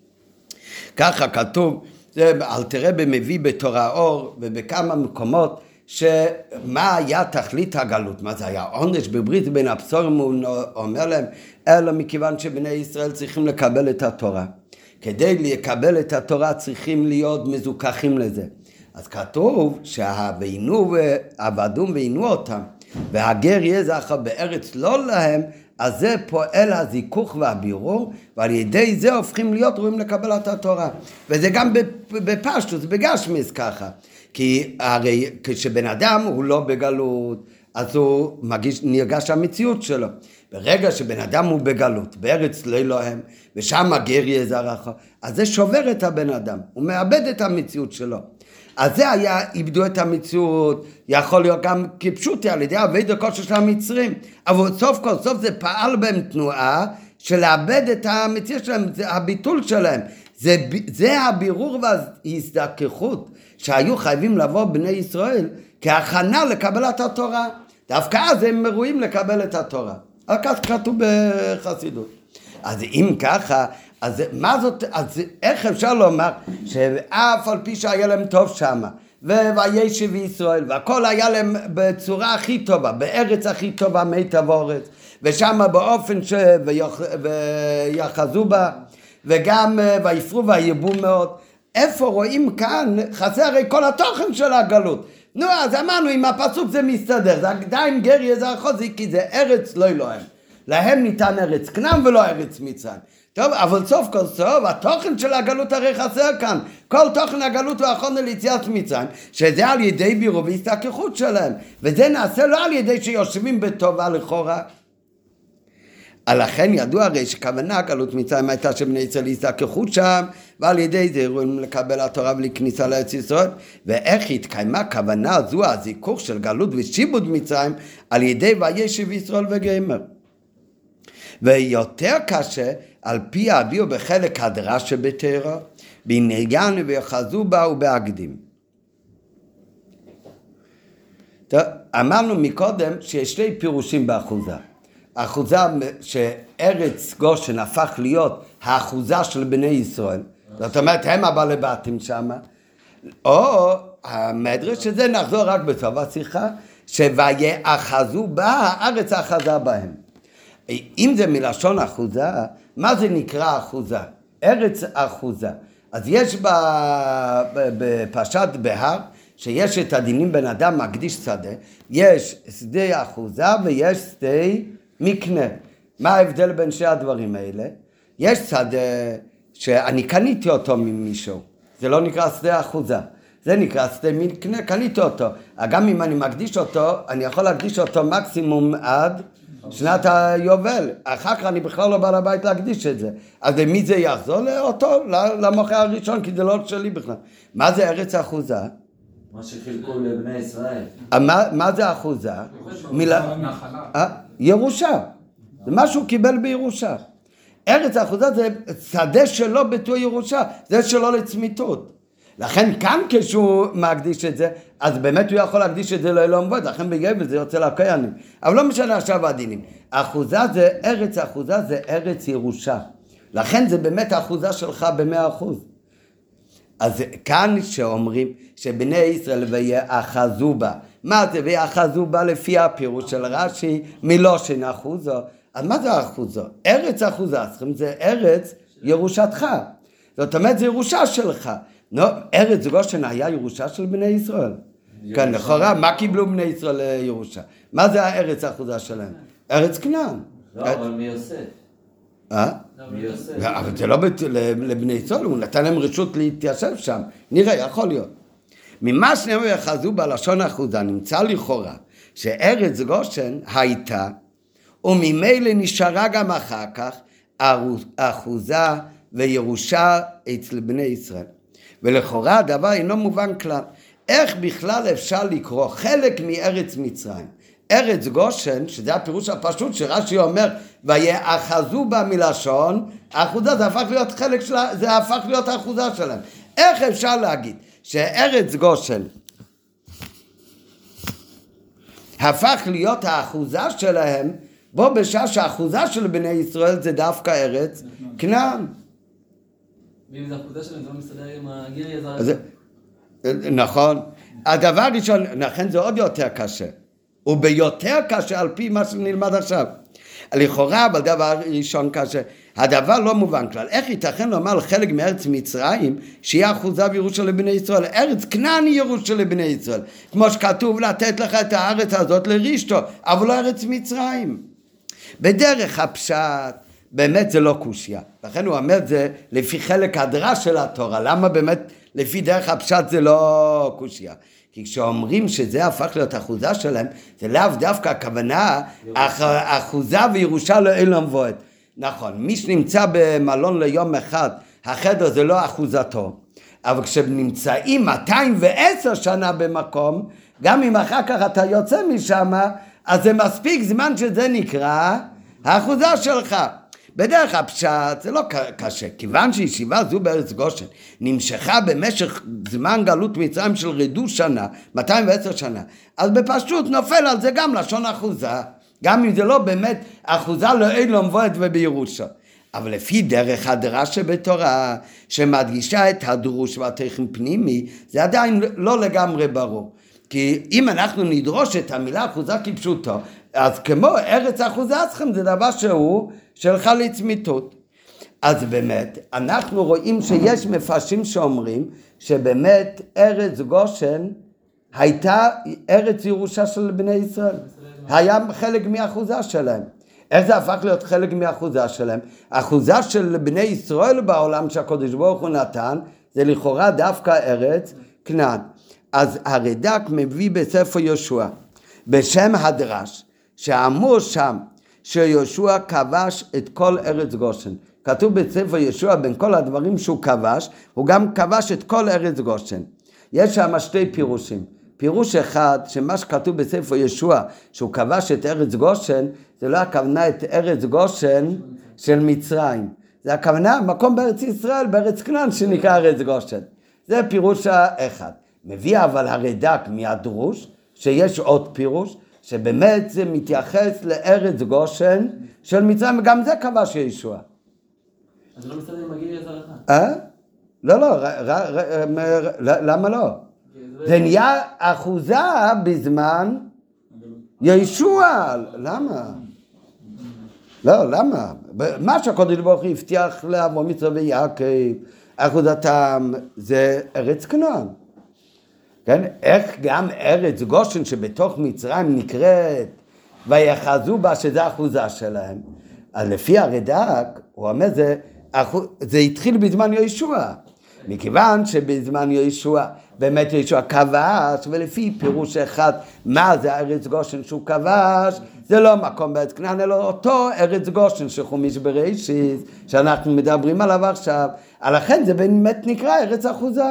ככה כתוב, זה אלתר רבי מביא בתורה אור ובכמה מקומות, שמה היה תכלית הגלות, מה זה היה עונש בברית בין הבצורים, הוא אומר להם, אלא מכיוון שבני ישראל צריכים לקבל את התורה. כדי לקבל את התורה צריכים להיות מזוכחים לזה. אז כתוב שהווינו ועבדום ועינו אותם, והגר יהיה זרעו בארץ לא להם, אז זה פועל הזיכוך והבירור, ועל ידי זה הופכים להיות ראויים לקבלת התורה. וזה גם בפשטוס, בגשמיס ככה. כי הרי כשבן אדם הוא לא בגלות, אז הוא מגיש, נרגש המציאות שלו. ברגע שבן אדם הוא בגלות, בארץ לא להם, ושם הגר יהיה זרעו, אז זה שובר את הבן אדם, הוא מאבד את המציאות שלו. אז זה היה, איבדו את המציאות, יכול להיות גם כפשוטי על ידי עבודת כושר של המצרים, אבל סוף כל סוף זה פעל בהם תנועה של לאבד את המציאות שלהם, זה הביטול שלהם. זה, זה הבירור וההזדככות שהיו חייבים לבוא בני ישראל כהכנה לקבלת התורה. דווקא אז הם ראויים לקבל את התורה. כך כתוב בחסידות. אז אם ככה, אז מה זאת, אז איך אפשר לומר שאף על פי שהיה להם טוב שמה, וישב ישראל, והכל היה להם בצורה הכי טובה, בארץ הכי טובה, מתה ואורץ, ושמה באופן שויחזו בה, וגם ויפרו וירבו מאוד, איפה רואים כאן, חסר הרי כל התוכן של הגלות. נו, אז אמרנו, אם הפסוק זה מסתדר, זה עדיין גר יזר חוזי, כי זה ארץ לא אלוהם. להם ניתן ארץ כנען ולא ארץ מצרים. טוב, אבל סוף כל סוף, התוכן של הגלות הרי חסר כאן. כל תוכן הגלות הוא הכונה ליציאת מצרים, שזה על ידי בירור והסתכחות שלהם. וזה נעשה לא על ידי שיושבים בטובה לכאורה. לכן ידוע הרי שכוונה הגלות מצרים הייתה שבני ישראל הסתכחות שם, ועל ידי זה רואים לקבל התורה בלי כניסה לארץ ישראל. ואיך התקיימה כוונה זו, הזיכוך של גלות ושיבוד מצרים, על ידי וישב ישראל וגמר. ויותר קשה על פי הביאו בחלק הדרש שבתורה, בעניין ויחזו בה ובהקדים. טוב, אמרנו מקודם שיש שתי פירושים באחוזה. האחוזה שארץ גושן הפך להיות האחוזה של בני ישראל, זאת אומרת הם הבעלי בתים שם, או המדרש שזה נחזור רק בסוף השיחה, שויאחזו בה הארץ האחזה בהם. אם זה מלשון אחוזה, מה זה נקרא אחוזה? ארץ אחוזה. אז יש בפרשת בהר, שיש את הדינים בין אדם מקדיש שדה, יש שדה אחוזה ויש שדה מקנה. מה ההבדל בין שני הדברים האלה? יש שדה שאני קניתי אותו ממישהו, זה לא נקרא שדה אחוזה, זה נקרא שדה מקנה, קניתי אותו. גם אם אני מקדיש אותו, אני יכול להקדיש אותו מקסימום עד שנת היובל, אחר כך אני בכלל לא בא לבית להקדיש את זה. אז למי זה יחזור? לאותו, למוכר הראשון, כי זה לא שלי בכלל. מה זה ארץ אחוזה? מה שחילקו לבני ישראל. מה, מה זה אחוזה? מילה... ירושה. זה מה שהוא קיבל בירושה. ארץ אחוזה זה שדה שלו בתור ירושה, זה שלו לצמיתות. לכן כאן כשהוא מקדיש את זה, אז באמת הוא יכול להקדיש את זה לאלוהים ועד, לכן בגבל זה יוצא לכהנים. אבל לא משנה עכשיו הדינים. אחוזה זה, ארץ אחוזה זה ארץ ירושה. לכן זה באמת האחוזה שלך במאה אחוז. אז כאן שאומרים שבני ישראל ויאחזו בה. מה זה ויאחזו בה לפי הפירוש של רש"י, מלושן אחוזו. אז מה זה אחוזו? ארץ אחוזה, זה ארץ ירושתך. זאת אומרת זה ירושה שלך. נו, ארץ גושן היה ירושה של בני ישראל. כן, לכאורה, מה קיבלו בני ישראל לירושה? מה זה הארץ האחוזה שלהם? ארץ כנען. לא, אבל מי יוסף? אה? מי יוסף? אבל זה לא לבני ישראל, הוא נתן להם רשות להתיישב שם. נראה, יכול להיות. ממה שנאמר יחזו בלשון אחוזה, נמצא לכאורה, שארץ גושן הייתה, וממילא נשארה גם אחר כך, אחוזה וירושה אצל בני ישראל. ולכאורה הדבר אינו מובן כלל. איך בכלל אפשר לקרוא חלק מארץ מצרים? ארץ גושן, שזה הפירוש הפשוט שרש"י אומר, ויאחזו בה מלשון, האחוזה זה הפך להיות חלק שלה, זה הפך להיות האחוזה שלהם. איך אפשר להגיד שארץ גושן הפך להיות האחוזה שלהם, בו בשעה שהאחוזה של בני ישראל זה דווקא ארץ כנען. ואם זה אחוזה שלהם, זה לא מסתדר עם הגיר יזר. נכון. הדבר ראשון, לכן זה עוד יותר קשה. וביותר קשה על פי מה שנלמד עכשיו. לכאורה, אבל דבר ראשון קשה. הדבר לא מובן כלל. איך ייתכן לומר חלק מארץ מצרים, שיהיה אחוזה וירושה לבני ישראל? ארץ כנען היא ירושה לבני ישראל. כמו שכתוב לתת לך את הארץ הזאת לרישתו, אבל לא ארץ מצרים. בדרך הפשט, באמת זה לא קושיה. לכן הוא אומר זה לפי חלק הדרש של התורה. למה באמת לפי דרך הפשט זה לא קושיה? כי כשאומרים שזה הפך להיות אחוזה שלהם, זה לאו דווקא הכוונה אחוזה וירושה לאילם ועד. נכון, מי שנמצא במלון ליום אחד, החדר זה לא אחוזתו. אבל כשנמצאים מאתיים ועשר שנה במקום, גם אם אחר כך אתה יוצא משם, אז זה מספיק זמן שזה נקרא האחוזה שלך. בדרך הפשט זה לא קשה, כיוון שישיבה זו בארץ גושן נמשכה במשך זמן גלות מצרים של רידו שנה, מאתיים ועשר שנה, אז בפשוט נופל על זה גם לשון אחוזה, גם אם זה לא באמת אחוזה לאילום ועד ובירושה. אבל לפי דרך הדרש שבתורה שמדגישה את הדרוש והתכן פנימי, זה עדיין לא לגמרי ברור. כי אם אנחנו נדרוש את המילה אחוזה כפשוטו, אז כמו ארץ אחוזה אצלכם זה דבר שהוא שלך לצמיתות. אז באמת, אנחנו רואים שיש מפרשים שאומרים שבאמת ארץ גושן הייתה ארץ ירושה של בני ישראל. היה חלק מהאחוזה שלהם. איך זה הפך להיות חלק מהאחוזה שלהם? האחוזה של בני ישראל בעולם שהקדוש ברוך הוא נתן, זה לכאורה דווקא ארץ כנען. אז הרד"ק מביא בספר יהושע, בשם הדרש, שאמור שם שיהושע כבש את כל ארץ גושן. כתוב בספר יהושע בין כל הדברים שהוא כבש, הוא גם כבש את כל ארץ גושן. יש שם שתי פירושים. פירוש אחד, שמה שכתוב בספר יהושע, שהוא כבש את ארץ גושן, זה לא הכוונה את ארץ גושן של מצרים. זה הכוונה, מקום בארץ ישראל, בארץ כנען שנקרא ארץ גושן. זה פירוש האחד. מביא אבל הרד"ק מהדרוש, שיש עוד פירוש, שבאמת זה מתייחס לארץ גושן של מצרים, וגם זה כבש יהושע. אז לא מסתדר עם הגיל יזר אחד. אה? לא, לא, ר, ר, ר, ר, למה לא? זה נהיה אחוזה בזמן יהושע. למה? לא, למה? מה שהקדוש ברוך הוא הבטיח לאברהם יצחק ויעקב, אחוזתם זה ארץ כנען. כן? איך גם ארץ גושן שבתוך מצרים נקראת ויחזו בה שזה אחוזה שלהם. אז לפי הרד"ק, הוא אומר זה, זה התחיל בזמן יהושע. מכיוון שבזמן יהושע, באמת יהושע כבש, ולפי פירוש אחד, מה זה ארץ גושן שהוא כבש, זה לא מקום בארץ כנען, אלא אותו ארץ גושן שחומיש בראשית, שאנחנו מדברים עליו עכשיו, לכן זה באמת נקרא ארץ אחוזה.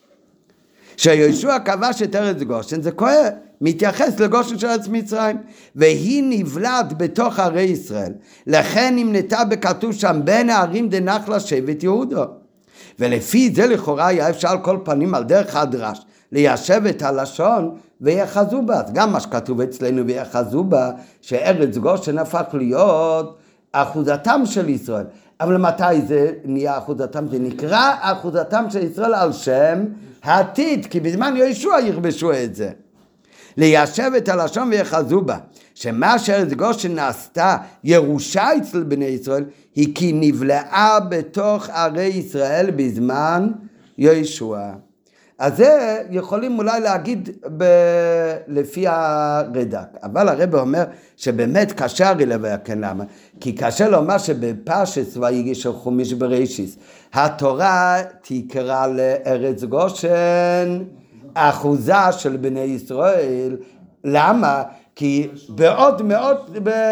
שיהושע כבש את ארץ גושן, זה כהה, מתייחס לגושן של ארץ מצרים, והיא נבלעת בתוך ערי ישראל, לכן נמנתה בכתוב שם בין הערים דנחלה שבט יהודה. ולפי זה לכאורה היה אפשר על כל פנים על דרך הדרש ליישב את הלשון ויחזו בה. אז גם מה שכתוב אצלנו ויחזו בה, שארץ גושן הפך להיות אחוזתם של ישראל. אבל מתי זה נהיה אחוזתם? זה נקרא אחוזתם של ישראל על שם העתיד, כי בזמן יהושע יכבשו את זה. ליישב את הלשון ויחזו בה, שמה שארץ גושן נעשתה ירושה אצל בני ישראל, היא כי נבלעה בתוך ערי ישראל בזמן יהושע. אז זה יכולים אולי להגיד ב- לפי הרד"ק, אבל הרב אומר שבאמת קשה הרי לבקר. למה? כי קשה לומר שבפרשת ויגיש חומיש בראשית התורה תקרא לארץ גושן אחוזה של בני ישראל. למה? כי בעוד מאות,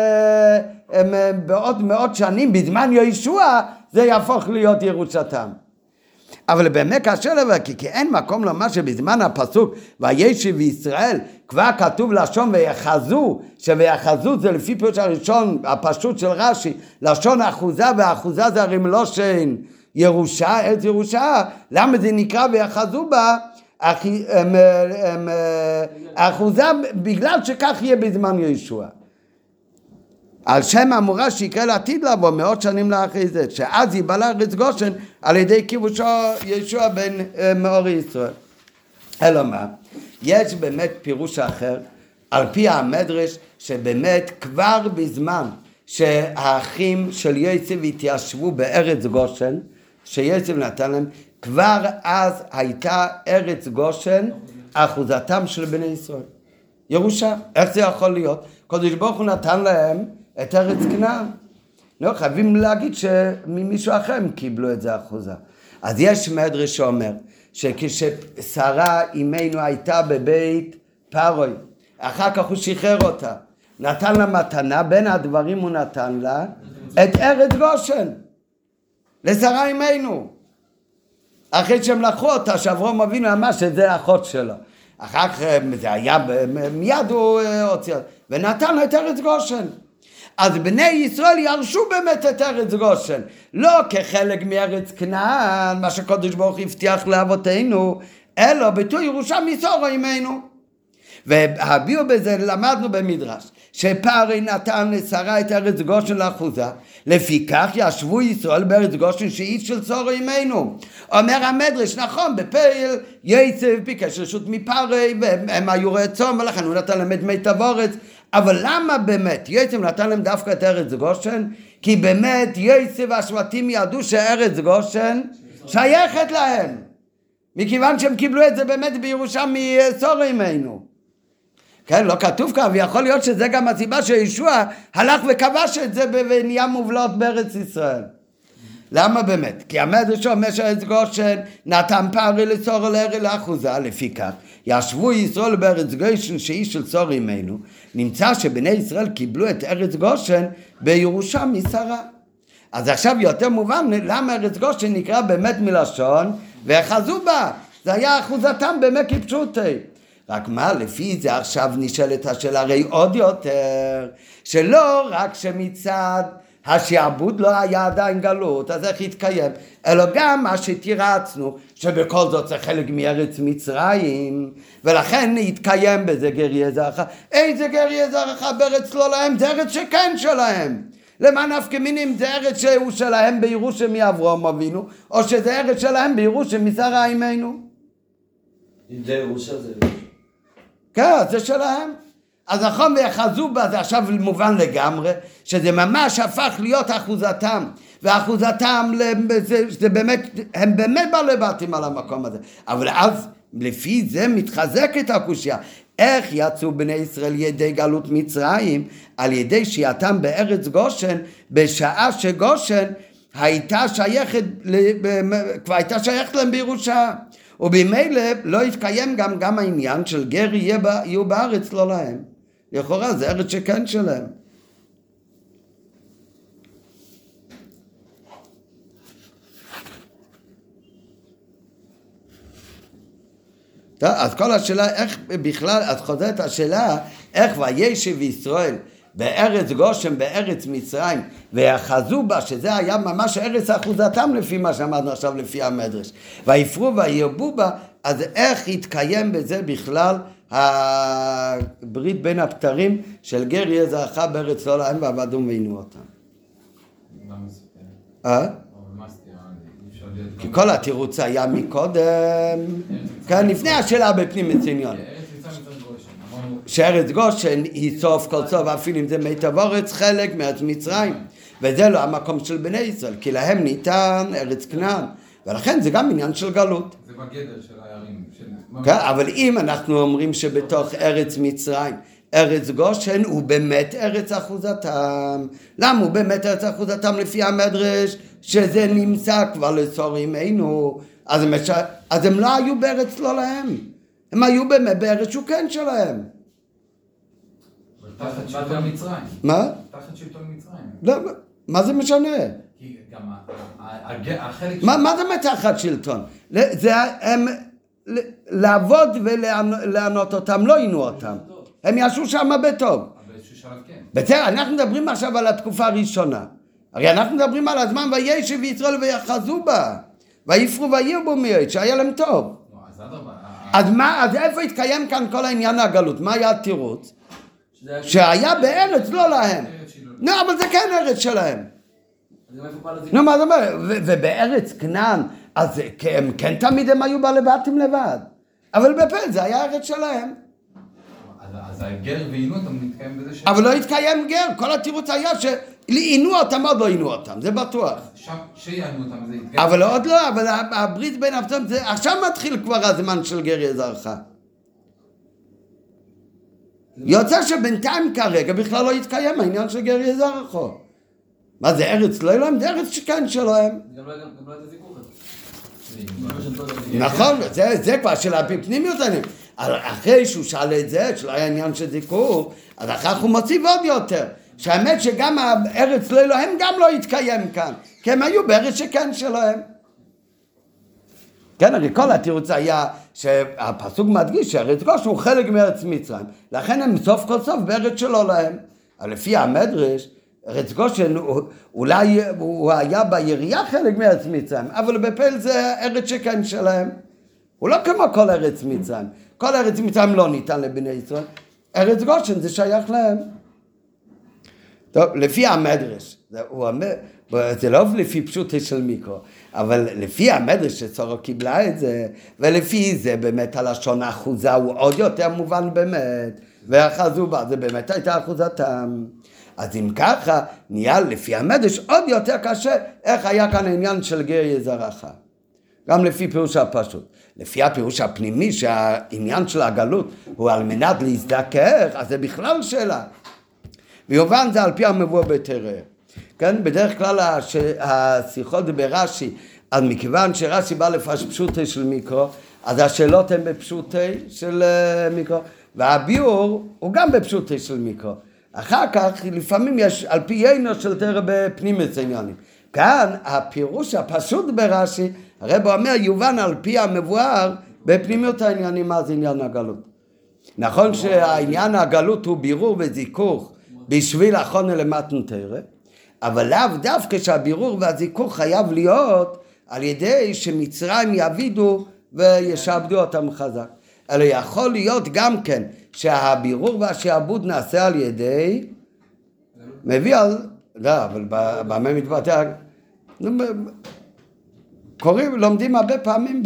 בעוד מאות שנים, בזמן יהושע, זה יהפוך להיות ירושתם. אבל באמת קשה לבקר, כי, כי אין מקום לומר שבזמן הפסוק, וישב ישראל, כבר כתוב לשון ויחזו, שויחזו זה לפי פירוש הראשון, הפשוט של רש"י, לשון אחוזה, והאחוזה זה הרי מלושן ירושה, ארץ ירושה. למה זה נקרא ויחזו בה? אחוזה בגלל שכך יהיה בזמן יהושע. על שם אמורה שיקרה לעתיד לבוא מאות שנים לאחרי זה, שאז ייבלע ארץ גושן על ידי כיבושו יהושע בן מאורי ישראל. אלא מה? יש באמת פירוש אחר על פי המדרש, שבאמת כבר בזמן שהאחים של יוסף התיישבו בארץ גושן, שיוסף נתן להם, כבר אז הייתה ארץ גושן אחוזתם של בני ישראל. ירושה, איך זה יכול להיות? קדוש ברוך הוא נתן להם את ארץ כנען. לא חייבים להגיד שממישהו אחר הם קיבלו את זה אחוזה. אז יש מדרש שאומר שכששרה אמנו הייתה בבית פרעה, אחר כך הוא שחרר אותה, נתן לה מתנה, בין הדברים הוא נתן לה את ארץ גושן לשרה אמנו. אחרי שהם לקחו אותה, שאברהם אבינו אמר שזה אחות שלו. אחר כך זה היה, מיד הוא הוציא, ונתן לו את ארץ גושן. אז בני ישראל ירשו באמת את ארץ גושן, לא כחלק מארץ כנען, מה שקדוש ברוך הבטיח לאבותינו, אלא בתור ירושה מסורו עמנו. והביאו בזה, למדנו במדרש, שפרעה נתן לשרה את ארץ גושן לאחוזה, לפיכך ישבו ישראל בארץ גושן שהיא של סורו עמנו. אומר המדרש, נכון, בפעיל יצב ביקש רשות מפרעה, והם היו רעי צאן, ולכן הוא נתן להם את מי תבורת. אבל למה באמת יצב נתן להם דווקא את ארץ גושן? כי באמת יוסף והשבטים ידעו שארץ גושן שייכת להם, מכיוון שהם קיבלו את זה באמת בירושה מסור אימנו. כן, לא כתוב כאן, ויכול להיות שזה גם הסיבה שישוע הלך וכבש את זה ונהיה מובלעות בארץ ישראל. למה באמת? כי המדרש אומר שארץ גושן נתן פרי לסור ולארי לאחוזה, לפי כך ישבו ישראל בארץ גושן שהיא של סור אימנו, נמצא שבני ישראל קיבלו את ארץ גושן בירושה משרה. אז עכשיו יותר מובן למה ארץ גושן נקרא באמת מלשון וחזו בה, זה היה אחוזתם באמת כפשוטי. רק מה, לפי זה עכשיו נשאלת השאלה הרי עוד יותר, שלא רק שמצד השעבוד לא היה עדיין גלות, אז איך התקיים? אלא גם מה שתירצנו, שבכל זאת זה חלק מארץ מצרים, ולכן התקיים בזה גר זרעך. איזה גר זרעך בארץ לא להם? זה ארץ שכן שלהם. למען נפקא מינים זה ארץ שהוא שלהם בירושה מאברהם אבינו, או שזה ארץ שלהם בירושה משרה אימנו. אם זה ירושה זה... כן, זה שלהם. אז נכון, ויחזו בה, זה עכשיו מובן לגמרי, שזה ממש הפך להיות אחוזתם, ואחוזתם, זה, זה באמת, הם באמת בעלי בתים על המקום הזה. אבל אז, לפי זה מתחזקת הקושיה. איך יצאו בני ישראל ידי גלות מצרים? על ידי שהייתם בארץ גושן, בשעה שגושן הייתה שייכת, כבר הייתה שייכת להם בירושה. ובמילא לא יתקיים גם, גם העניין של גר יהיו בארץ לא להם. לכאורה זה ארץ שכן שלהם. טוב, אז כל השאלה, איך בכלל, אז חוזרת השאלה, איך וישב ישראל בארץ גושן, בארץ מצרים, ויחזו בה, שזה היה ממש ארץ אחוזתם לפי מה שאמרנו עכשיו לפי המדרש, ויפרו וירבו בה, אז איך התקיים בזה בכלל הברית בין הפטרים של גר יהיה זרעך בארץ לא להם ועבדו ועינו אותם? אה? כי כל התירוץ היה מקודם, כאן לפני השאלה בפנים מציניון. שארץ גושן היא סוף כל סוף, אפילו אם זה מיטב ארץ, חלק מארץ מצרים, וזה לא המקום של בני ישראל, כי להם ניתן ארץ כנען, ולכן זה גם עניין של גלות. זה בגדר של הערים. כן, אבל אם אנחנו אומרים שבתוך ארץ מצרים, ארץ גושן הוא באמת ארץ אחוזתם. למה הוא באמת ארץ אחוזתם? לפי המדרש שזה נמצא כבר לסור אימנו, אז הם, אז הם לא היו בארץ לא להם, הם היו באמת בארץ שהוא כן שלהם. תחת שלטון מצרים. מה? תחת שלטון מצרים. לא, מה זה משנה? כי גם החלק... מה זה מתחת שלטון? זה הם לעבוד ולענות אותם, לא עינו אותם. הם ישו שם בטוב. באיזשהו שלב כן. בסדר, אנחנו מדברים עכשיו על התקופה הראשונה. הרי אנחנו מדברים על הזמן וישב ישראל ויחזו בה, ויפרו וירבו מיד, שהיה להם טוב. אז מה, אז איפה התקיים כאן כל העניין הגלות? מה היה התירוץ? שהיה בארץ לא להם. נו, אבל זה כן ארץ שלהם. נו, מה זאת אומרת? ובארץ כנען, אז הם כן תמיד הם היו בלבטים לבד. אבל בפעם זה היה ארץ שלהם. אז הגר ועינו אותם מתקיים בזה ש... אבל לא התקיים גר, כל התירוץ היה שעינו אותם, עוד לא עינו אותם, זה בטוח. שם שיענו אותם, זה התקיים. אבל עוד לא, אבל הברית בין הפצעים, עכשיו מתחיל כבר הזמן של גר יהיה זרעך. יוצא שבינתיים כרגע בכלל לא יתקיים העניין של גר יהיה זרעך. מה זה ארץ לא להם? זה ארץ שכן שלהם. גם לא הייתה זיכוך. נכון, זה כבר של הפנימיות העניין. אחרי שהוא שאל את זה, שלא היה עניין של זיכוך, אז אחר כך הוא מוסיף עוד יותר. שהאמת שגם הארץ לא להם גם לא יתקיים כאן, כי הם היו בארץ שכן שלהם. כן, הרי כל התירוץ היה שהפסוק מדגיש שארץ גושן הוא חלק מארץ מצרים, לכן הם סוף כל סוף בארץ שלא להם. אבל לפי המדרש, ארץ גושן אולי הוא היה בירייה חלק מארץ מצרים, אבל בפעל זה ארץ שכן שלהם. הוא לא כמו כל ארץ מצרים. כל ארץ מצרים לא ניתן לבני ישראל. ארץ גושן זה שייך להם. טוב, לפי המדרש, זה, הוא אומר, זה לא לפי פשוטה של מיקרו, אבל לפי המדרש שצורו קיבלה את זה, ולפי זה באמת הלשון האחוזה הוא עוד יותר מובן באמת, והאחזו בה, זה באמת הייתה אחוזתם. אז אם ככה, נהיה לפי המדרש עוד יותר קשה, איך היה כאן העניין של גר יזרעך. גם לפי פירוש הפשוט. לפי הפירוש הפנימי, שהעניין של הגלות הוא על מנת להזדכך, אז זה בכלל שאלה. ויובן זה על פי המבוא בתרא. כן, בדרך כלל הש... השיחות ברש"י, אז מכיוון שרש"י בא לפרש פשוטי של מיקרו, אז השאלות הן בפשוטי של מיקרו, והביאור הוא גם בפשוטי של מיקרו. אחר כך לפעמים יש על פי יינו של תרא בפנימיות עניונים. כאן הפירוש הפשוט ברש"י, הרב אומר יובן על פי המבואר בפנימיות העניינים, מה זה עניין הגלות. נכון שהעניין הגלות הוא בירור וזיכוך בשביל הכנה למתן תורה, אבל לאו דווקא שהבירור והזיכוך חייב להיות על ידי שמצרים יעבידו וישעבדו אותם חזק. אלא יכול להיות גם כן שהבירור והשעבוד נעשה על ידי מביא על, לא, אבל במה מתבטא, קוראים, לומדים הרבה פעמים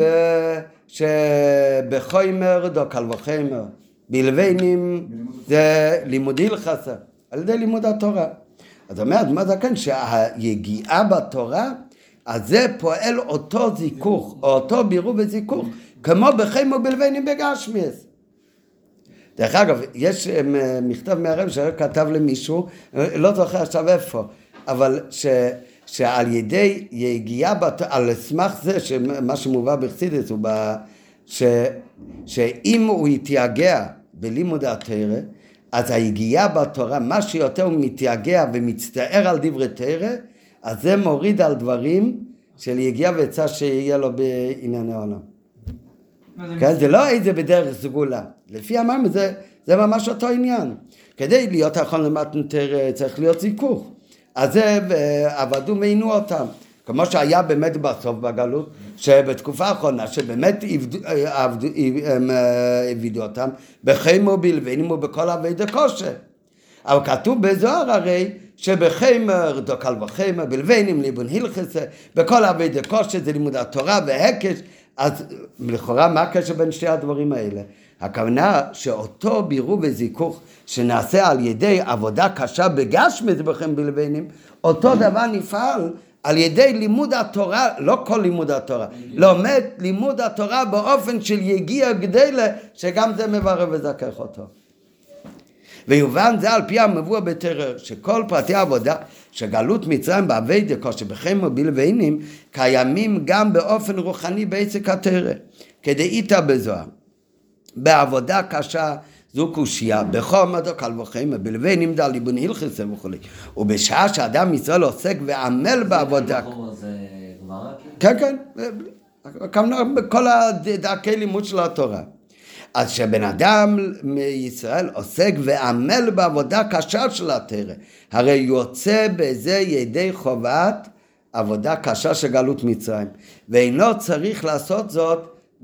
שבחומר דו קל וחומר, בלבנים זה לימוד הלכתה, על ידי לימוד התורה. אז אומרת, מה זה כן? שהיגיעה בתורה, אז זה פועל אותו זיכוך, או אותו בירור וזיכוך, כמו בחומר בלבנים בגשמיאס. דרך אגב, יש מכתב מהרב שכתב למישהו, לא זוכר עכשיו איפה, אבל ש, שעל ידי יגיעה בתורה, על סמך זה, שמה שמובא בחסידות, הוא ב, ש, שאם הוא יתייגע בלימוד התורה, אז היגיעה בתורה, מה שיותר הוא מתייגע ומצטער על דברי תורה, אז זה מוריד על דברים של יגיעה ויצא שיהיה לו בענייני העולם. כן, זה לא איזה בדרך סגולה. לפי המאמר זה, זה ממש אותו עניין. כדי להיות האחרון למתן תורה צריך להיות זיכוך. אז זה עבדו ועינו אותם. כמו שהיה באמת בסוף בגלות, שבתקופה האחרונה שבאמת הם עבדו אותם, בחומר בלבנים ובכל עבודת כושר. אבל כתוב בזוהר הרי שבחומר דו קל וחומר, בלבנים ליבון הלכתה, בכל עבודת כושר זה לימוד התורה והקש. אז לכאורה מה הקשר בין שתי הדברים האלה? הכוונה שאותו בירור וזיכוך שנעשה על ידי עבודה קשה בגשמית בכם בלבנים, אותו דבר נפעל על ידי לימוד התורה, לא כל לימוד התורה, לומד לימוד התורה באופן של יגיע גדלה, שגם זה מברר וזכך אותו. ויובן זה על פי המבוא בתרא, שכל פרטי העבודה שגלות מצרים בעבודת כושר בחומר בלבנים קיימים גם באופן רוחני בעצם התרא, כדאיתא בזוהר. בעבודה קשה זו קושיה, בחומר דו קל וחומר בלבנים דל ליבון הלכתה וכו'. ובשעה שאדם ישראל עוסק ועמל בעבודה. זה גמרא? כן, כן, בכל הדרכי לימוד של התורה. אז שבן אדם מישראל עוסק ועמל בעבודה קשה של התורה, הרי יוצא בזה ידי חובת עבודה קשה של גלות מצרים, ואינו צריך לעשות זאת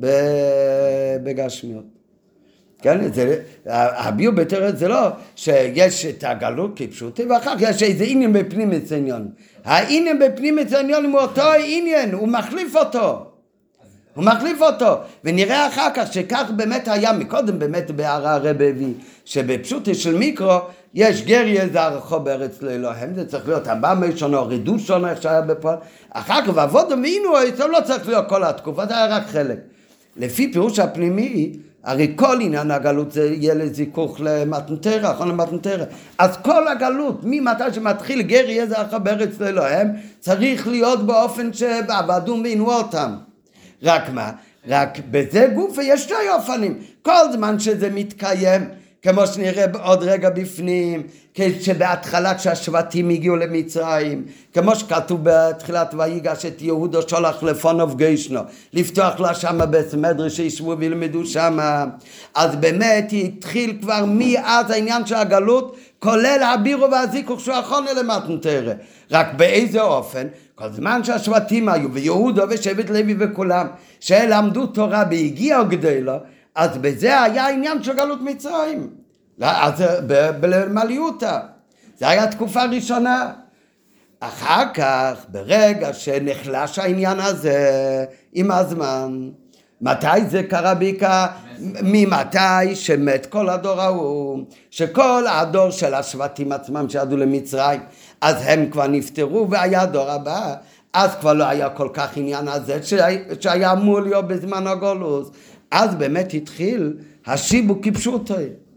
בגשמיות. כן, זה, הביאו בתורה זה לא שיש את הגלות כפשוטי, ואחר כך יש איזה עניין בפנים עניון. העניין בפנים עניון הוא אותו עניין, הוא מחליף אותו. הוא מחליף אותו, ונראה אחר כך שכך באמת היה מקודם, באמת בהערה הרב הביא, שבפשוטי של מיקרו, יש גר יזרעך בארץ לא אלוהים, זה צריך להיות הבא משונו, רידוש שונו, איך שהיה בפועל, אחר כך ועבודם והינו, זה לא צריך להיות כל התקופה, זה היה רק חלק. לפי פירוש הפנימי, הרי כל עניין הגלות זה יהיה לזיכוך למתן תורה, אחרון למתן תורה. אז כל הגלות, ממתי שמתחיל גר יזרעך בארץ לא אלוהים, צריך להיות באופן שעבדו והינו אותם. רק מה? רק בזה גוף יש שתי אופנים. כל זמן שזה מתקיים, כמו שנראה עוד רגע בפנים, כשבהתחלה כשהשבטים הגיעו למצרים, כמו שכתוב בתחילת ויגש את יהודו שולח לפונו וגשנו, לפתוח לה שם בית מדרש שישבו וילמדו שם. אז באמת התחיל כבר מאז העניין של הגלות, כולל הבירו והזיכוך שהוא אחרון למתן תורה. רק באיזה אופן? כל זמן שהשבטים היו, ויהודו ושבט לוי וכולם, שלמדו תורה בהגיע גדולה, אז בזה היה עניין של גלות מצרים. אז במליותה. זה היה תקופה ראשונה. אחר כך, ברגע שנחלש העניין הזה, עם הזמן, מתי זה קרה בעיקר? ממתי שמת כל הדור ההוא, שכל הדור של השבטים עצמם שירדו למצרים, אז הם כבר נפטרו והיה הדור הבא, אז כבר לא היה כל כך עניין הזה שהיה אמור להיות בזמן הגולוס, אז באמת התחיל השיבוק כפשוטו.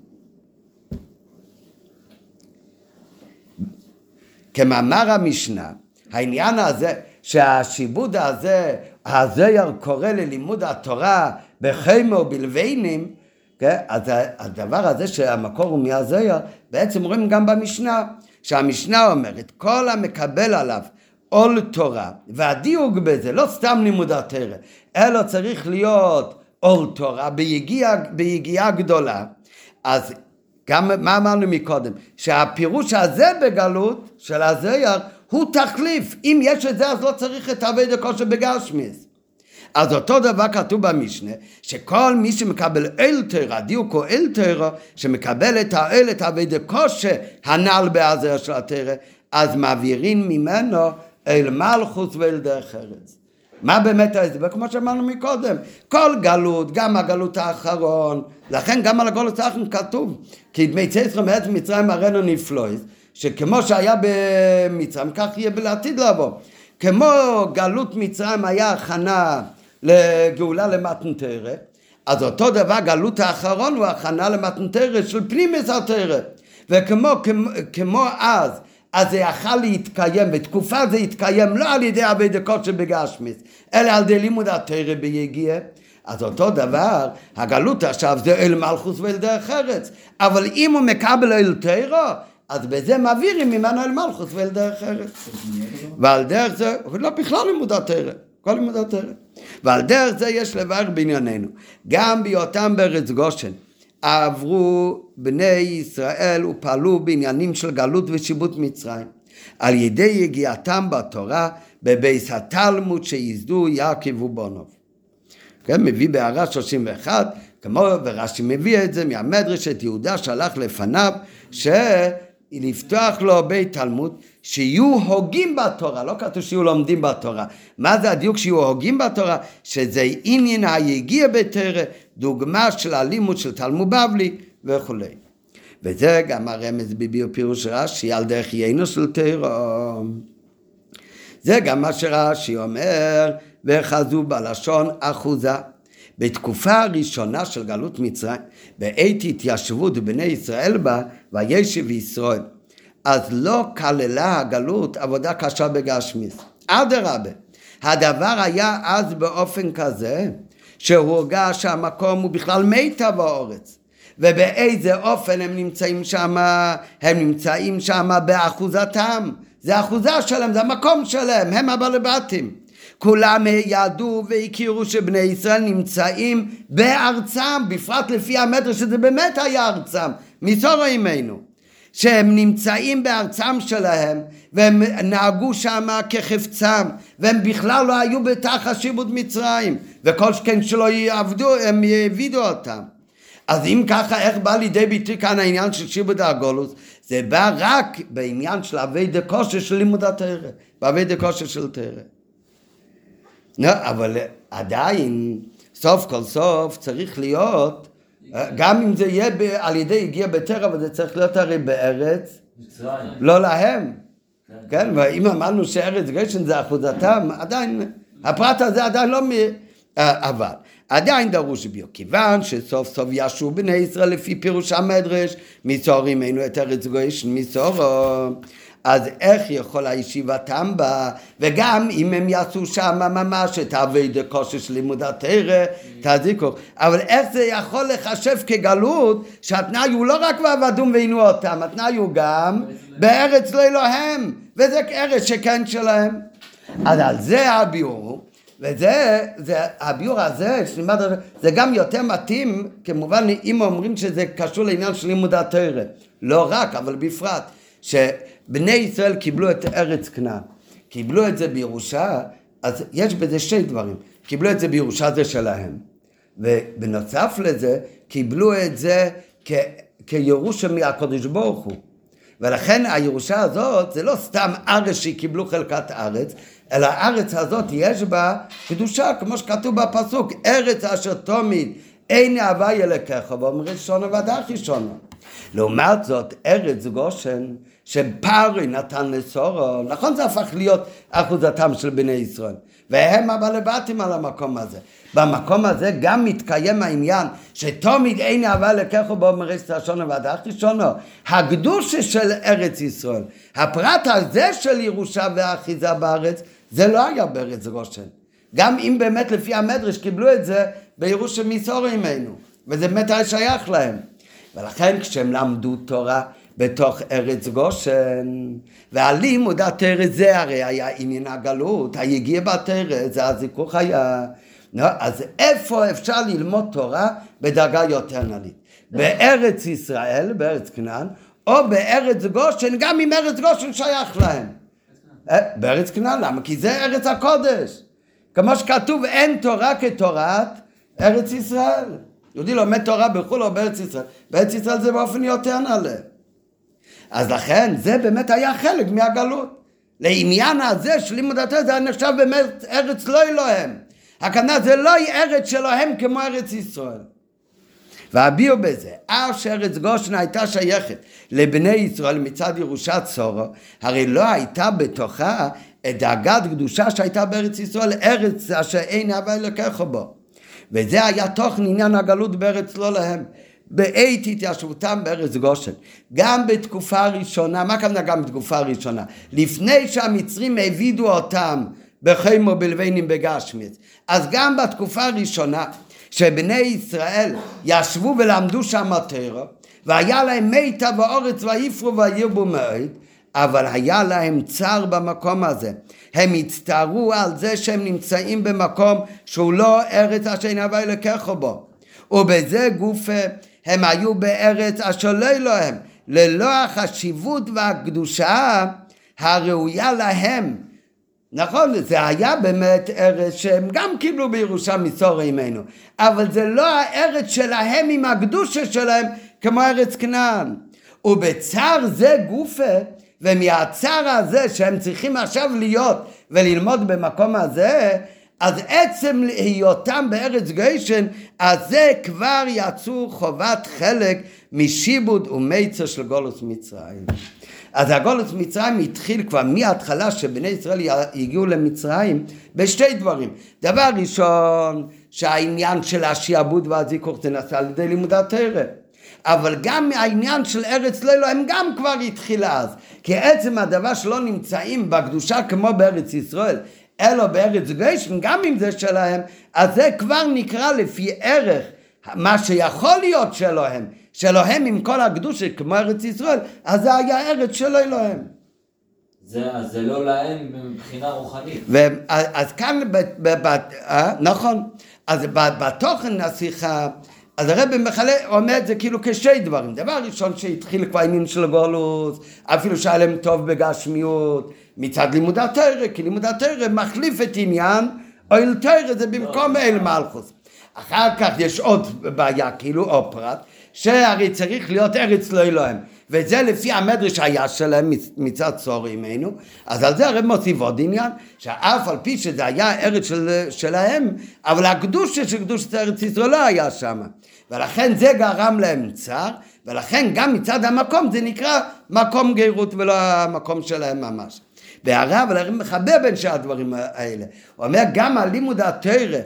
כמאמר המשנה, העניין הזה שהשיבוד הזה, הזוהר קורא ללימוד התורה בחיימו ובלבנים, אז הדבר הזה שהמקור הוא מהזוהר, בעצם רואים גם במשנה, שהמשנה אומרת, כל המקבל עליו עול תורה, והדיוק בזה, לא סתם לימוד התורה, אלא צריך להיות עול תורה ביגיעה, ביגיעה גדולה. אז גם מה אמרנו מקודם? שהפירוש הזה בגלות של הזוהר הוא תחליף. אם יש את זה אז לא צריך את אבי דקושה בגשמיס. אז אותו דבר כתוב במשנה, שכל מי שמקבל אל תורה, דיוק או אל תורה, שמקבל את האל, את אבי דקושה הנ"ל בהזוהר של התורה, אז מעבירים ממנו אל מלכות ואל דרך ארץ. מה באמת ההסבר? כמו שאמרנו מקודם, כל גלות, גם הגלות האחרון, לכן גם על הגלות האחרון כתוב, כי דמי ישראל מארץ מצרים הראינו נפלויס, שכמו שהיה במצרים, כך יהיה בעתיד לבוא. כמו גלות מצרים היה הכנה לגאולה למתן תורה, אז אותו דבר גלות האחרון הוא הכנה למתן תורה של פנימיות התורה. וכמו כמו, כמו אז, אז זה יכל להתקיים, בתקופה זה יתקיים לא על ידי אבי דקושה בגשמיס, אלא על ידי לימוד התורה ביגיעה. אז אותו דבר, הגלות עכשיו זה אל מלכות ואל דרך ארץ, אבל אם הוא מקבל אל תורה, אז בזה מעבירים ממנו אל מלכות ואל דרך ארץ. ועל דרך זה, לא בכלל לימוד התורה, כל לימוד התורה. ועל דרך זה יש לברך בענייננו. גם בהיותם בארץ גושן, עברו בני ישראל ופעלו בעניינים של גלות ושיבוט מצרים, על ידי יגיעתם בתורה בבייס התלמוד שיסדו יעקב ובונוב. כן, מביא בהערה שלושים ואחת, כמו ורש"י מביא את זה מהמדרש, את יהודה שלח לפניו שלפתוח לו בית תלמוד שיהיו הוגים בתורה, לא כתוב שיהיו לומדים בתורה. מה זה הדיוק שיהיו הוגים בתורה? שזה עניין היגיע בתורה, דוגמה של הלימוד של תלמוד בבלי וכו'. וזה גם הרמז בביאור פירוש רש"י על דרך יינו של תורה. זה גם מה שרש"י אומר, וחזו בלשון אחוזה. בתקופה הראשונה של גלות מצרים, בעת התיישבות בני ישראל בה, וישב ישראל, אז לא כללה הגלות עבודה קשה בגשמיס. אדרבה, הדבר היה אז באופן כזה, שהוא הורגש שהמקום הוא בכלל מיטה באורץ. ובאיזה אופן הם נמצאים שם? הם נמצאים שם באחוזתם. זה האחוזה שלהם, זה המקום שלהם, הם הבעלי כולם ידעו והכירו שבני ישראל נמצאים בארצם, בפרט לפי המדרש שזה באמת היה ארצם, מסורו עמנו, שהם נמצאים בארצם שלהם, והם נהגו שם כחפצם, והם בכלל לא היו בתחת שיבוד מצרים, וכל שכן שלא יעבדו, הם יעבידו אותם. אז אם ככה, איך בא לידי ביטוי כאן העניין של שיבוד הגולוס? זה בא רק בעניין של אבי דקושה של לימוד התורה, באבי דקושה של תורה. לא, אבל עדיין, סוף כל סוף צריך להיות, גם אם זה יהיה ב, על ידי הגיע בתורה, אבל זה צריך להיות הרי בארץ, מצרים. לא להם. כן, כן? ואם אמרנו שארץ גשן זה אחוזתם, עדיין, הפרט הזה עדיין לא מ... אבל, עדיין דרוש ביו, כיוון שסוף סוף ישו בני ישראל לפי פירוש המדרש, מצורים אינו את ארץ גשן מצורו, אז איך יכול הישיבתם בה, וגם אם הם יעשו שם ממש את אבי דקושה של לימוד התורה, תזיקו, אבל איך זה יכול לחשב כגלות, שהתנאי הוא לא רק ועבדום ועינו אותם, התנאי הוא גם בארץ לא אלוהם, וזה ארץ שכן שלהם. אז על זה הביאור, וזה, זה, הביאור הזה, זה גם יותר מתאים, כמובן אם אומרים שזה קשור לעניין של לימוד התורה, לא רק, אבל בפרט, שבני ישראל קיבלו את ארץ כנען, קיבלו את זה בירושה, אז יש בזה שני דברים, קיבלו את זה בירושה, זה שלהם, ובנוסף לזה, קיבלו את זה כ, כירושה מהקדוש ברוך הוא, ולכן הירושה הזאת זה לא סתם ארץ שקיבלו חלקת ארץ, אלא הארץ הזאת יש בה קדושה, כמו שכתוב בפסוק, ארץ אשר תמיד אין אהבה ילקחה, ואומר שונו ודחי שונו. לעומת זאת, ארץ גושן, שפרי נתן לסורו, נכון זה הפך להיות אחוזתם של בני ישראל, והם אבל באתם על המקום הזה. במקום הזה גם מתקיים העניין שתמיד אין אהבה לקחו באומר שונו ודחי שונו. הקדושה של ארץ ישראל, הפרט הזה של ירושה והאחיזה בארץ, זה לא היה בארץ גושן. גם אם באמת לפי המדרש קיבלו את זה בירושה מסורו עמנו, וזה באמת היה שייך להם. ולכן כשהם למדו תורה בתוך ארץ גושן, והלימוד התורה זה הרי היה עניין הגלות, היגיע בתורה, זה הזיכוך היה. אז איפה אפשר ללמוד תורה בדרגה יותר נעלית? בארץ ישראל, בארץ כנען, או בארץ גושן, גם אם ארץ גושן שייך להם. בארץ כנען, למה? כי זה ארץ הקודש. כמו שכתוב, אין תורה כתורת ארץ ישראל. יהודי לומד תורה בחו"ל או בארץ ישראל. בארץ ישראל זה באופן יותר נעלה. אז לכן זה באמת היה חלק מהגלות. לעניין הזה של לימוד התורה זה נחשב באמת ארץ לא אלוהם. הכוונה זה לא ארץ שלהם כמו ארץ ישראל. והביאו בזה, אף שארץ גושן הייתה שייכת לבני ישראל מצד ירושת סורו, הרי לא הייתה בתוכה את דאגת קדושה שהייתה בארץ ישראל, ארץ אשר אין אהבה אלוקיך בו. וזה היה תוכן עניין הגלות בארץ לא להם. בעת התיישבותם בארץ גושן, גם בתקופה הראשונה, מה כמובן גם בתקופה הראשונה? לפני שהמצרים העבידו אותם בחיימו בלבנים בגשמיץ, אז גם בתקופה הראשונה שבני ישראל ישבו ולמדו שם תורה, והיה להם מיטה ואורץ ויפרו וירבו מאוד, אבל היה להם צער במקום הזה. הם הצטערו על זה שהם נמצאים במקום שהוא לא ארץ אשר אין אהבה אלוקיך בו, ובזה גופה הם היו בארץ אשר לא אלוהם, ללא החשיבות והקדושה הראויה להם. נכון, זה היה באמת ארץ שהם גם קיבלו בירושה מסורו עמנו, אבל זה לא הארץ שלהם עם הקדושה שלהם כמו ארץ כנען. ובצער זה גופה, ומהצער הזה שהם צריכים עכשיו להיות וללמוד במקום הזה, אז עצם היותם בארץ גושן, אז זה כבר יצאו חובת חלק משיבוד ומיצר של גולוס מצרים. אז הגולוס מצרים התחיל כבר מההתחלה שבני ישראל הגיעו למצרים בשתי דברים. דבר ראשון, שהעניין של השיעבוד והזיכוך זה נעשה על ידי לימוד התורה. אבל גם העניין של ארץ לא אלוהם גם כבר התחיל אז. כי עצם הדבר שלא נמצאים בקדושה כמו בארץ ישראל, אלו בארץ גושן, גם אם זה שלהם, אז זה כבר נקרא לפי ערך, מה שיכול להיות שלהם, שלהם עם כל הקדושה כמו ארץ ישראל, אז זה היה ארץ שלא אלוהם. זה, אז זה לא להם מבחינה רוחנית. ו, אז כאן, ב, ב, ב, אה, נכון, אז בתוכן השיחה, אז הרב מחלה אומר את זה כאילו כשתי דברים. דבר ראשון שהתחיל כבר עניין של גולוס, אפילו שהיה להם טוב בגשמיות, מצד לימוד התורה, כי לימוד התורה מחליף את עניין, אוהל תורה זה במקום אל מלכוס. אחר כך יש עוד בעיה, כאילו או פרט, שהרי צריך להיות ארץ לא אלוהם, וזה לפי המדרש היה שלהם מצד סורו עמנו. אז על זה הרב מוסיף עוד עניין, שאף על פי שזה היה ארץ של, שלהם, אבל הקדושה של קדושת ארץ ישראל לא היה שם, ולכן זה גרם להם צער, ולכן גם מצד המקום זה נקרא מקום גרות ולא המקום שלהם ממש. והרב, אבל הרב מחבר בין שני הדברים האלה, הוא אומר גם על לימוד התורה,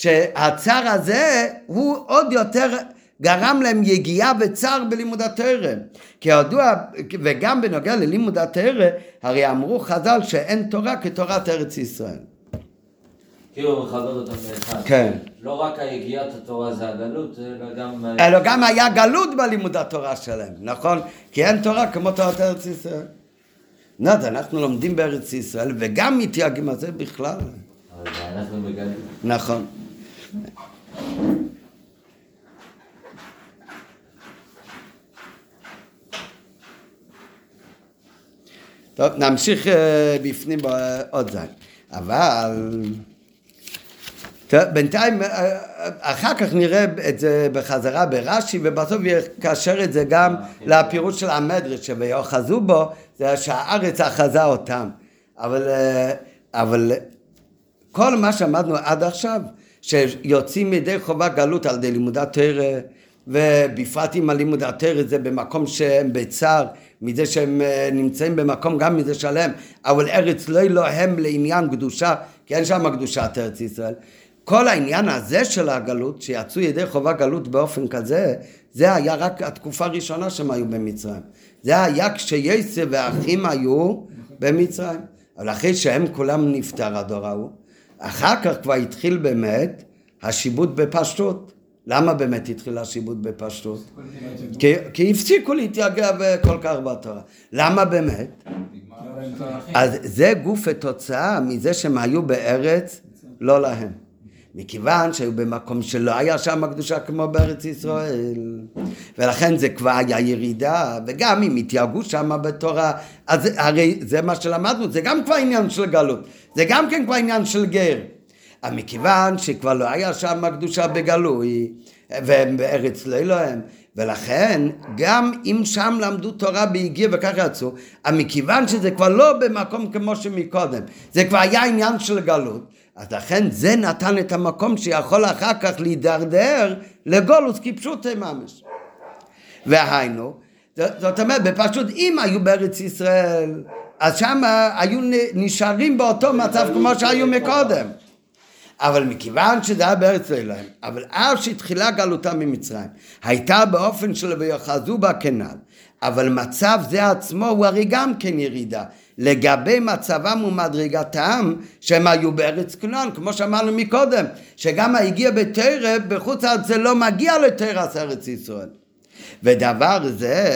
שהצער הזה הוא עוד יותר גרם להם יגיעה וצער בלימוד התורה. כי ידוע, וגם בנוגע ללימוד התורה, הרי אמרו חז"ל שאין תורה כתורת ארץ ישראל. כאילו מחבר אותם לאחד. כן. לא רק היגיעת התורה זה הגלות, אלא גם... אלא גם היה גלות בלימוד התורה שלהם, נכון? כי אין תורה כמו תורת ארץ ישראל. נדע, אנחנו לומדים בארץ ישראל וגם מתייגים על זה בכלל. אבל אנחנו מגלים. נכון. טוב, נמשיך בפנים בעוד זין. אבל בינתיים, אחר כך נראה את זה בחזרה ברש"י, ובסוף יקשר את זה גם לפירוש של המדרש, ויאחזו בו, זה שהארץ אחזה אותם. אבל, אבל כל מה שעמדנו עד עכשיו, שיוצאים מידי חובה גלות על ידי לימודת תורה, ובפרט עם הלימודת תורה זה במקום שהם בצער, מזה שהם נמצאים במקום גם מזה שלהם, אבל ארץ לא להם לעניין קדושה, כי אין שם קדושת ארץ ישראל. כל העניין הזה של הגלות, שיצאו ידי חובה גלות באופן כזה, זה היה רק התקופה הראשונה שהם היו במצרים. זה היה כשיוסף והאחים היו במצרים. אבל אחרי שהם כולם נפטר הדור ההוא, אחר כך כבר התחיל באמת השיבוט בפשטות. למה באמת התחיל השיבוט בפשטות? כי, כי הפסיקו להתייגע כל כך בתורה. למה באמת? אז זה גוף התוצאה מזה שהם היו בארץ לא להם. מכיוון שהיו במקום שלא היה שם הקדושה כמו בארץ ישראל, ולכן זה כבר היה ירידה, וגם אם התייגעו שם בתורה, אז הרי זה מה שלמדנו, זה גם כבר עניין של גלות, זה גם כן כבר עניין של גר. אבל מכיוון שכבר לא היה שם הקדושה בגלוי, והם בארץ לא אלוהם, ולכן גם אם שם למדו תורה בהגיע וכך יצאו, אבל מכיוון שזה כבר לא במקום כמו שמקודם, זה כבר היה עניין של גלות, אז לכן זה נתן את המקום שיכול אחר כך להידרדר לגולוס כפשוטי ממש. והיינו, זאת אומרת, בפשוט אם היו בארץ ישראל, אז שם היו נשארים באותו מצב כמו שהיו מקודם. אבל מכיוון שזה היה בארץ לא אלוהים, אבל אז שהתחילה גלותה ממצרים, הייתה באופן של ויאחזו בה כנ"ל, אבל מצב זה עצמו הוא הרי גם כן ירידה, לגבי מצבם ומדרגתם שהם היו בארץ כנען, כמו שאמרנו מקודם, שגם הגיע בתורה, בחוץ לארץ זה לא מגיע לתורה ארץ ישראל. ודבר זה,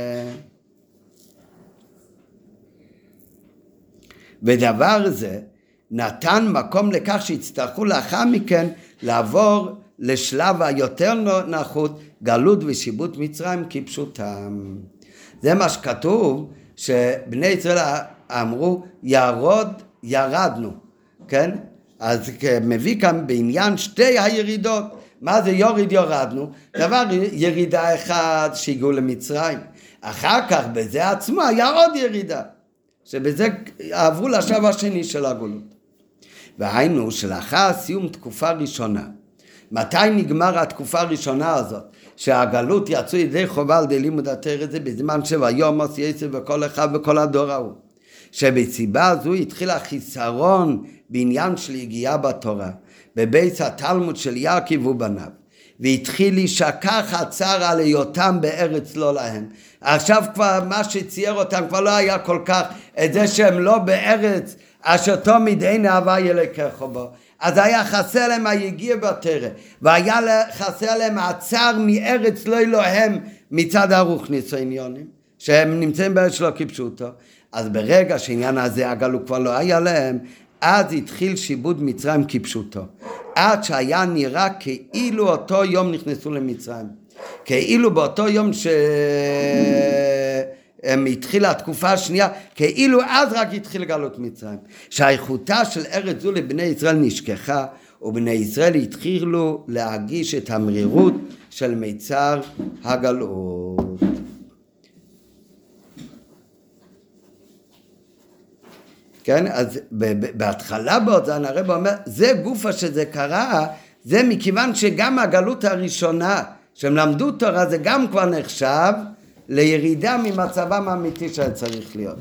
ודבר זה, נתן מקום לכך שהצטרכו לאחר מכן לעבור לשלב היותר נחות, גלות ושיבוט מצרים כפשוטם. זה מה שכתוב, שבני ישראל אמרו, ירד, ירדנו, כן? אז מביא כאן בעניין שתי הירידות. מה זה יוריד יורדנו? דבר ירידה אחד שהגיעו למצרים. אחר כך בזה עצמו היה עוד ירידה, שבזה עברו לשלב השני של הגלות. והיינו שלאחר סיום תקופה ראשונה, מתי נגמר התקופה הראשונה הזאת, שהגלות יצאו ידי חובה על ידי לימוד התורה, זה בזמן שויומוס יוסף וכל אחד וכל הדור ההוא, שבסיבה הזו התחיל החיסרון בעניין של הגיעה בתורה, בבית התלמוד של יעקב ובניו, והתחיל להישכח הצער על היותם בארץ לא להם. עכשיו כבר מה שצייר אותם כבר לא היה כל כך את זה שהם לא בארץ אשר תמיד אין אהבה ילקח בו. אז היה חסר להם היגיע בתורה, והיה חסר להם הצער מארץ לא אלוהם מצד הרוחניס העניונים, שהם נמצאים בארץ שלא כפשוטו. אז ברגע שעניין הזה הגלות כבר לא היה להם, אז התחיל שיבוד מצרים כפשוטו, עד שהיה נראה כאילו אותו יום נכנסו למצרים, כאילו באותו יום שהם התחילה התקופה השנייה, כאילו אז רק התחיל גלות מצרים, שהאיכותה של ארץ זו לבני ישראל נשכחה, ובני ישראל התחילו להגיש את המרירות של מיצר הגלות. כן, אז בהתחלה באוזן הרב אומר, זה גופה שזה קרה, זה מכיוון שגם הגלות הראשונה, שהם למדו תורה, זה גם כבר נחשב לירידה ממצבם האמיתי שהיה צריך להיות.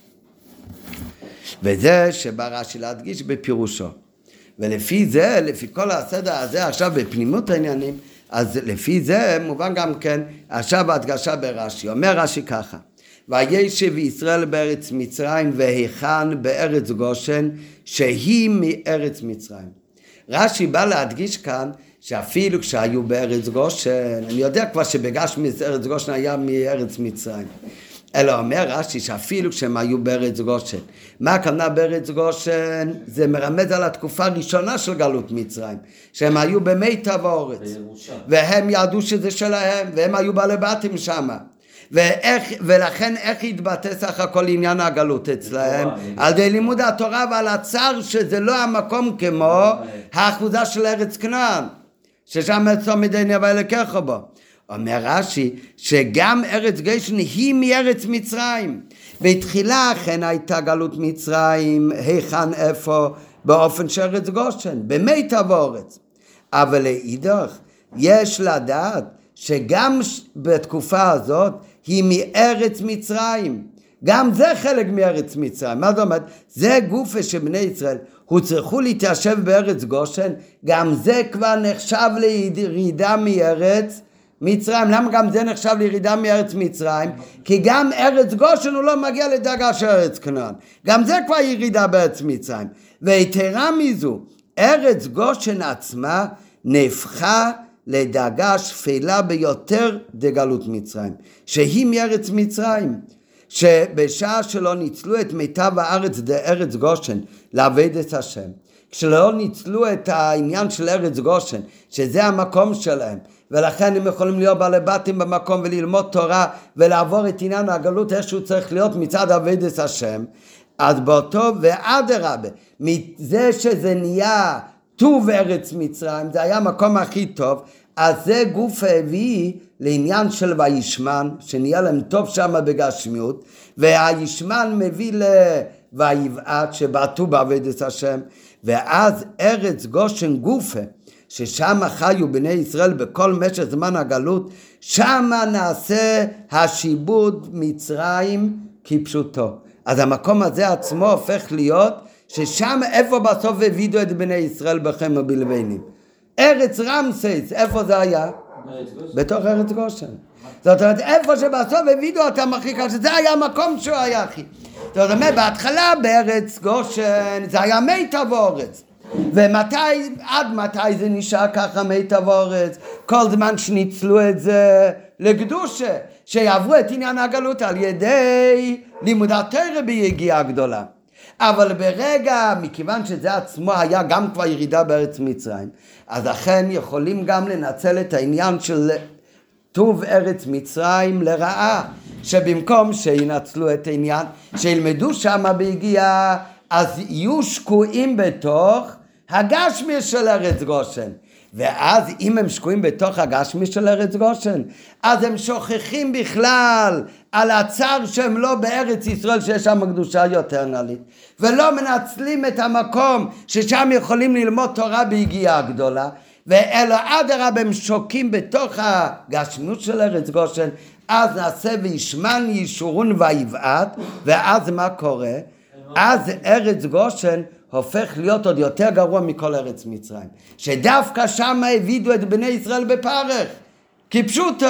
וזה שבא רש"י להדגיש בפירושו. ולפי זה, לפי כל הסדר הזה, עכשיו בפנימות העניינים, אז לפי זה מובן גם כן, עכשיו ההדגשה ברש"י. אומר רש"י ככה, וישב ישראל בארץ מצרים והיכן בארץ גושן שהיא מארץ מצרים. רש"י בא להדגיש כאן שאפילו כשהיו בארץ גושן, אני יודע כבר שבגשמי ארץ גושן היה מארץ מצרים, אלא אומר רש"י שאפילו כשהם היו בארץ גושן, מה הכוונה בארץ גושן? זה מרמז על התקופה הראשונה של גלות מצרים, שהם היו במיטב הארץ, והם ידעו שזה שלהם, והם היו בעלי בתים שמה. ואיך, ולכן איך התבטא סך הכל עניין הגלות אצלהם? על ידי לימוד התורה ועל הצער שזה לא המקום כמו האחוזה של ארץ כנען, ששם אצלו מדי נבא אלוקיך בו. אומר רש"י שגם ארץ גושן היא מארץ מצרים, בתחילה אכן הייתה גלות מצרים, היכן איפה? באופן שארץ גושן, במיטב הארץ. אבל לאידך יש לדעת שגם בתקופה הזאת היא מארץ מצרים, גם זה חלק מארץ מצרים. מה זאת אומרת? זה גופה שבני ישראל הוא צריכו להתיישב בארץ גושן, גם זה כבר נחשב לירידה מארץ מצרים. למה גם זה נחשב לירידה מארץ מצרים? כי גם ארץ גושן הוא לא מגיע לדרגה של ארץ כנען, גם זה כבר ירידה בארץ מצרים. ויתרה מזו, ארץ גושן עצמה נהפכה לדרגה שפלה ביותר דגלות מצרים, שהיא מארץ מצרים, שבשעה שלא ניצלו את מיטב הארץ דארץ גושן לעבוד את השם, כשלא ניצלו את העניין של ארץ גושן שזה המקום שלהם, ולכן הם יכולים להיות בעלי בתים במקום וללמוד תורה ולעבור את עניין הגלות איך שהוא צריך להיות מצד עבודת השם, אז באותו ואדרבה, מזה שזה נהיה טוב ארץ מצרים, זה היה המקום הכי טוב, אז זה גוף הביא לעניין של וישמן, שנהיה להם טוב שם בגשמיות, והישמן מביא לויבעט שבעטו בעבודת השם, ואז ארץ גושן גופה, ששם חיו בני ישראל בכל משך זמן הגלות, שם נעשה השיבוד מצרים כפשוטו. אז המקום הזה עצמו הופך להיות ששם איפה בסוף הבידו את בני ישראל בכם ובלבנים? ארץ רמסס, איפה זה היה? בתוך ארץ גושן. זאת אומרת, איפה שבסוף הבידו אותם הכי קל, שזה היה המקום שהוא היה הכי. זאת אומרת, בהתחלה בארץ גושן זה היה מיטב הארץ. ומתי, עד מתי זה נשאר ככה מיטב הארץ? כל זמן שניצלו את זה לקדושה, שיעברו את עניין הגלות על ידי לימוד התורה ביגיעה גדולה. אבל ברגע, מכיוון שזה עצמו היה גם כבר ירידה בארץ מצרים, אז אכן יכולים גם לנצל את העניין של טוב ארץ מצרים לרעה, שבמקום שינצלו את העניין, שילמדו שם ביגיעה, אז יהיו שקועים בתוך הגשמי של ארץ גושן. ואז אם הם שקועים בתוך הגשמי של ארץ גושן, אז הם שוכחים בכלל על הצער שהם לא בארץ ישראל שיש שם קדושה יותר נעלית, ולא מנצלים את המקום ששם יכולים ללמוד תורה ביגיעה גדולה, ואלו אדרבה הם שוקים בתוך הגשמיות של ארץ גושן. אז נעשה וישמן ישורון ויבעט, ואז מה קורה? אז ארץ גושן הופך להיות עוד יותר גרוע מכל ארץ מצרים, שדווקא שם הבידו את בני ישראל בפרך, כפשוטו.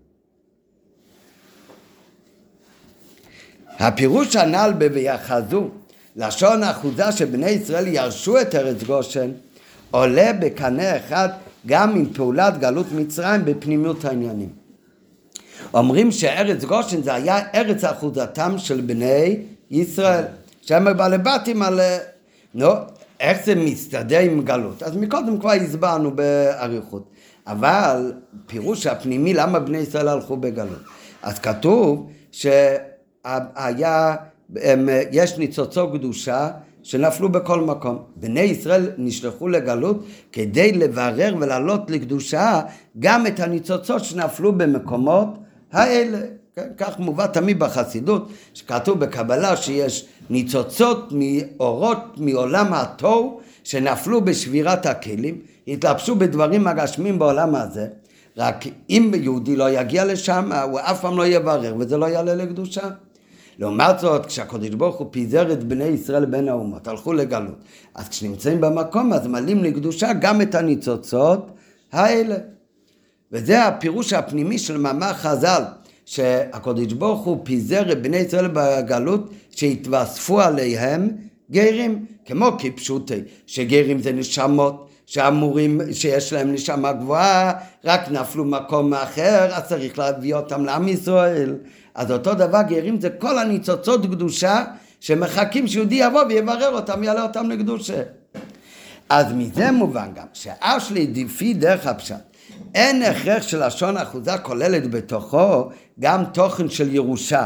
הפירוש הנ"ל ב"ויחזו", לשון אחוזה שבני ישראל ירשו את ארץ גושן, עולה בקנה אחד גם עם פעולת גלות מצרים בפנימיות העניינים. אומרים שארץ גושן זה היה ארץ אחוזתם של בני ישראל, שהם בעלי בתים על... נו, איך זה מסתדר עם גלות? אז מקודם כבר הסברנו באריכות. אבל פירוש הפנימי, למה בני ישראל הלכו בגלות? אז כתוב שהיה, יש ניצוצות קדושה שנפלו בכל מקום. בני ישראל נשלחו לגלות כדי לברר ולעלות לקדושה גם את הניצוצות שנפלו במקומות האלה. כך מובא תמיד בחסידות, שכתוב בקבלה שיש ניצוצות מאורות מעולם התוהו שנפלו בשבירת הכלים, התלבשו בדברים הגשמים בעולם הזה. רק אם יהודי לא יגיע לשם, הוא אף פעם לא יברר וזה לא יעלה לקדושה. לעומת זאת, כשהקדוש ברוך הוא פיזר את בני ישראל בין האומות, הלכו לגלות, אז כשנמצאים במקום אז מעלים לקדושה גם את הניצוצות האלה. וזה הפירוש הפנימי של מאמר חז"ל, שהקדוש ברוך הוא פיזר את בני ישראל בגלות שהתווספו עליהם גרים, כמו כפשוטי, שגרים זה נשמות שאמורים, שיש להם נשמה גבוהה, רק נפלו מקום אחר, אז צריך להביא אותם לעם ישראל. אז אותו דבר גרים זה כל הניצוצות קדושה שמחכים שיהודי יבוא ויברר אותם, יעלה אותם לקדושה. אז מזה מובן גם שאשלי לפי דרך הפשט, אין הכרח שלשון אחוזה כוללת בתוכו גם תוכן של ירושה.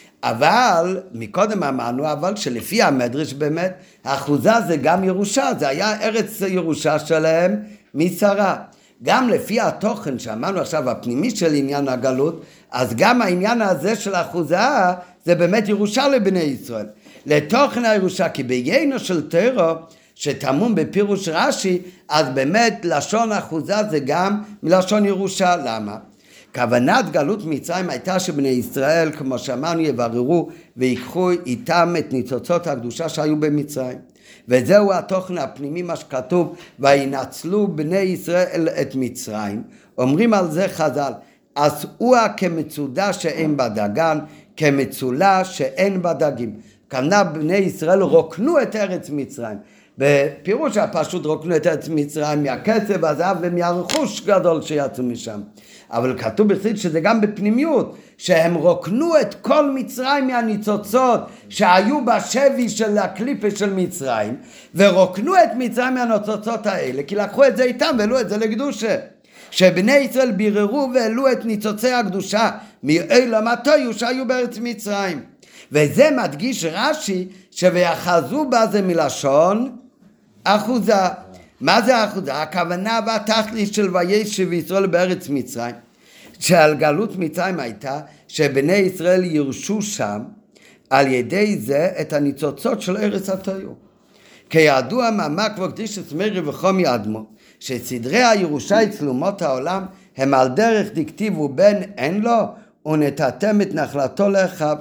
אבל, מקודם אמרנו, אבל שלפי המדרש באמת, האחוזה זה גם ירושה, זה היה ארץ ירושה שלהם משרה. גם לפי התוכן שאמרנו עכשיו, הפנימי של עניין הגלות, אז גם העניין הזה של האחוזה, זה באמת ירושה לבני ישראל. לתוכן הירושה, כי בעיינו של תורה, שתמון בפירוש רש"י, אז באמת לשון אחוזה זה גם מלשון ירושה. למה? כוונת גלות מצרים הייתה שבני ישראל, כמו שאמרנו, יבררו ויקחו איתם את ניצוצות הקדושה שהיו במצרים. וזהו התוכן הפנימי מה שכתוב, וינצלו בני ישראל את מצרים. אומרים על זה חז"ל, עשוה כמצודה שאין בה דגן, כמצולה שאין בה דגים. כמנה בני ישראל רוקנו את ארץ מצרים. בפירוש הפשוט רוקנו את ארץ מצרים מהכסף, הזהב ומהרכוש גדול שיצאו משם. אבל כתוב בחסידות שזה גם בפנימיות, שהם רוקנו את כל מצרים מהניצוצות שהיו בשבי של הקליפה של מצרים, ורוקנו את מצרים מהניצוצות האלה, כי לקחו את זה איתם והעלו את זה לקדושה. שבני ישראל ביררו והעלו את ניצוצי הקדושה מעולם התוהו שהיו בארץ מצרים. וזה מדגיש רש"י שויאחזו בה זה מלשון אחוזה. מה זה אחוזה? הכוונה והתכלית של וישב ישראל בארץ מצרים, שעל גלות מצרים הייתה שבני ישראל ירשו שם על ידי זה את הניצוצות של ארץ התוהו. כידוע מעמק וקדישת מרי וחומי אדמו, שסדרי הירושה אצלומות העולם הם על דרך דכתיב ובן אין לו ונתתם את נחלתו לאחיו.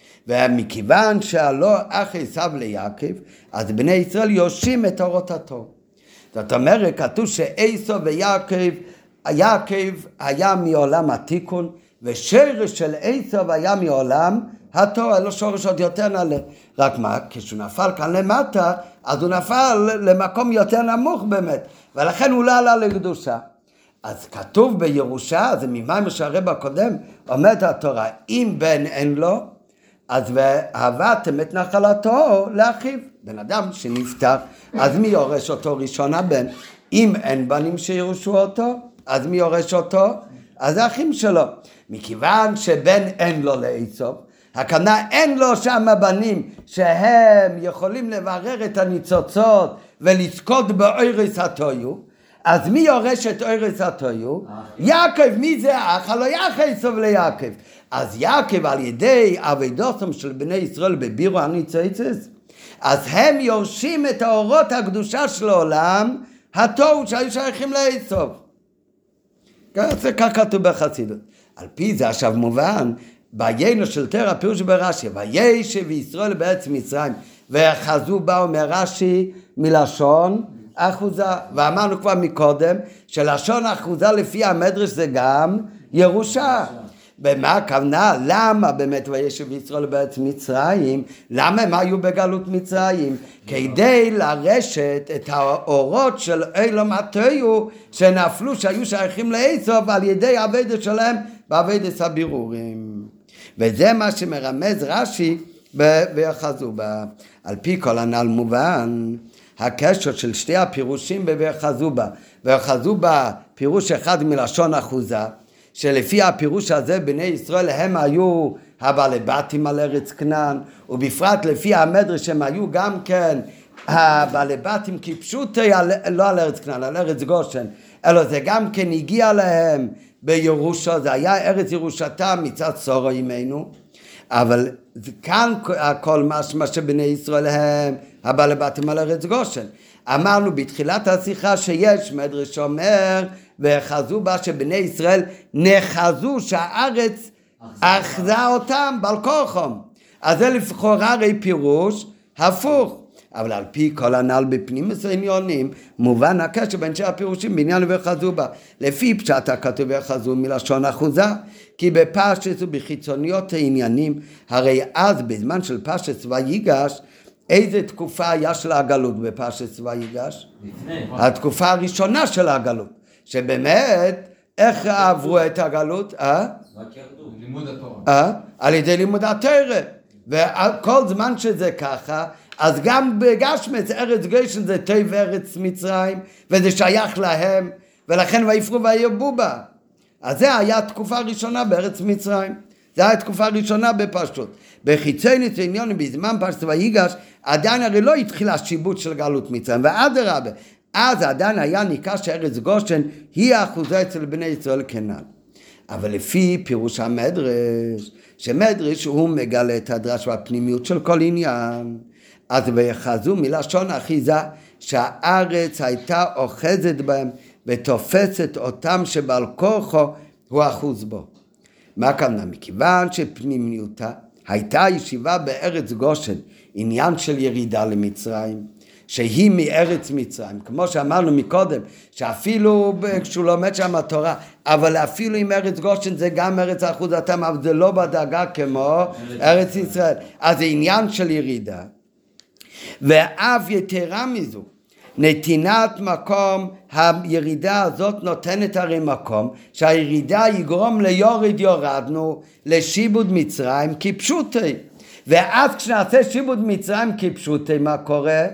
ומכיוון שהלא אח עשיו ליעקב, אז בני ישראל יורשים את אורות התורה. זאת אומרת, כתוב שעשיו ויעקב, יעקב היה מעולם התיקון, ושרש של עשיו היה מעולם התורה, לא שורש עוד יותר נעלה. רק מה, כשהוא נפל כאן למטה, אז הוא נפל למקום יותר נמוך באמת, ולכן הוא לא עלה לקדושה. אז כתוב בירושה, זה ממים שהרב הקודם, עומד התורה, אם בן אין לו, אז והבאתם את נחלתו לאחיו. בן אדם שנפטר, אז מי יורש אותו ראשון? הבן. אם אין בנים שירשו אותו, אז מי יורש אותו? אז האחים שלו. מכיוון שבן אין לו לעשיו, הכוונה אין לו שם בנים שהם יכולים לברר את הניצוצות ולזכות בארץ התוהו, אז מי יורש את ארץ התוהו? יעקב. מי זה אח? הלא יח עשיו ליעקב. אז יעקב על ידי עבודתם של בני ישראל בבירו הניצוצות, אז הם יורשים את האורות הקדושה של העולם התוהו שהיו שייכים לעשיו. זה כך כתוב בחסידות. על פי זה עכשיו מובן בעיינו של תורה פירוש ברש"י, וישב ישראל בארץ מצרים ויאחזו בה, אומר רש"י מלשון אחוזה. ואמרנו כבר מקודם שלשון אחוזה לפי המדרש זה גם ירושה. במה הכוונה? למה באמת וישב ישראל בארץ מצרים? למה הם היו בגלות מצרים? כדי לרשת את האורות של עולם התוהו שנפלו, שהיו שייכים לעשיו על ידי העבודה שלהם בעבודת הבירורים. וזה מה שמרמז רש"י ויאחזו בה. על פי כל הנ"ל מובן הקשר של שתי הפירושים ויאחזו בה. ויאחזו בה פירוש אחד מלשון אחוזה, שלפי הפירוש הזה בני ישראל הם היו הבעלי בתים על ארץ כנען, ובפרט לפי המדרש הם היו גם כן הבעלי בתים כפשוטי, לא על ארץ כנען, על ארץ גושן, אלא זה גם כן הגיע להם בירושה, זה היה ארץ ירושתם מצד סורו אימנו, אבל כאן הכל משמע שבני ישראל הם הבעלי בתים על ארץ גושן. אמרנו בתחילת השיחה שיש מדרש אומר ואחזו בה שבני ישראל נחזו שהארץ אחזה אותם בעל כורחם. אז זה לכאורה הרי פירוש הפוך. אבל על פי כל הנ"ל בפנימיות העניונים מובן הקשר בין שני הפירושים בעניין ואחזו בה. לפי פשט הכתוב ואחזו מלשון אחוזה, כי בפשט ובחיצוניות העניינים, הרי אז בזמן של פשט ויגש, איזה תקופה היה של הגלות בפשט ויגש? התקופה הראשונה של הגלות. שבאמת, איך עברו את הגלות? אה? לימוד התורה. אה? על ידי לימוד התורה. וכל זמן שזה ככה, אז גם בגשמץ, ארץ גושן זה טוב ארץ מצרים, וזה שייך להם. ולכן ויפרו וירבו בה. אז זה היה התקופה הראשונה בארץ מצרים. זה היה התקופה הראשונה בפשטות. בחיצוניות עניונים בזמן פשטות ויגש, עדיין הרי לא התחיל השיבוט של גלות מצרים, ואדרבה, אז עדיין היה ניכר שארץ גושן היא האחוזה אצל בני ישראל כנען. אבל לפי פירוש המדרש, שמדרש הוא מגלה את הדרש והפנימיות של כל עניין, אז ויחזו מלשון אחיזה, שהארץ הייתה אוחזת בהם ותופסת אותם שבעל כוחו הוא אחוז בו. מה כמנה? מכיוון שפנימיותה הייתה ישיבה בארץ גושן, עניין של ירידה למצרים, שהיא מארץ מצרים, כמו שאמרנו מקודם, שאפילו כשהוא לומד שם התורה, אבל אפילו עם ארץ גושן זה גם ארץ אחוזתם, אבל זה לא בדאגה כמו ארץ ישראל, אז זה עניין של ירידה. ואף יתרה מזו, נתינת מקום, הירידה הזאת נותנת הרי מקום, שהירידה יגרום ליורד יורדנו, לשיבוד מצרים כפשוטי. ואז כשנעשה שיבוד מצרים כפשוטי, מה קורה?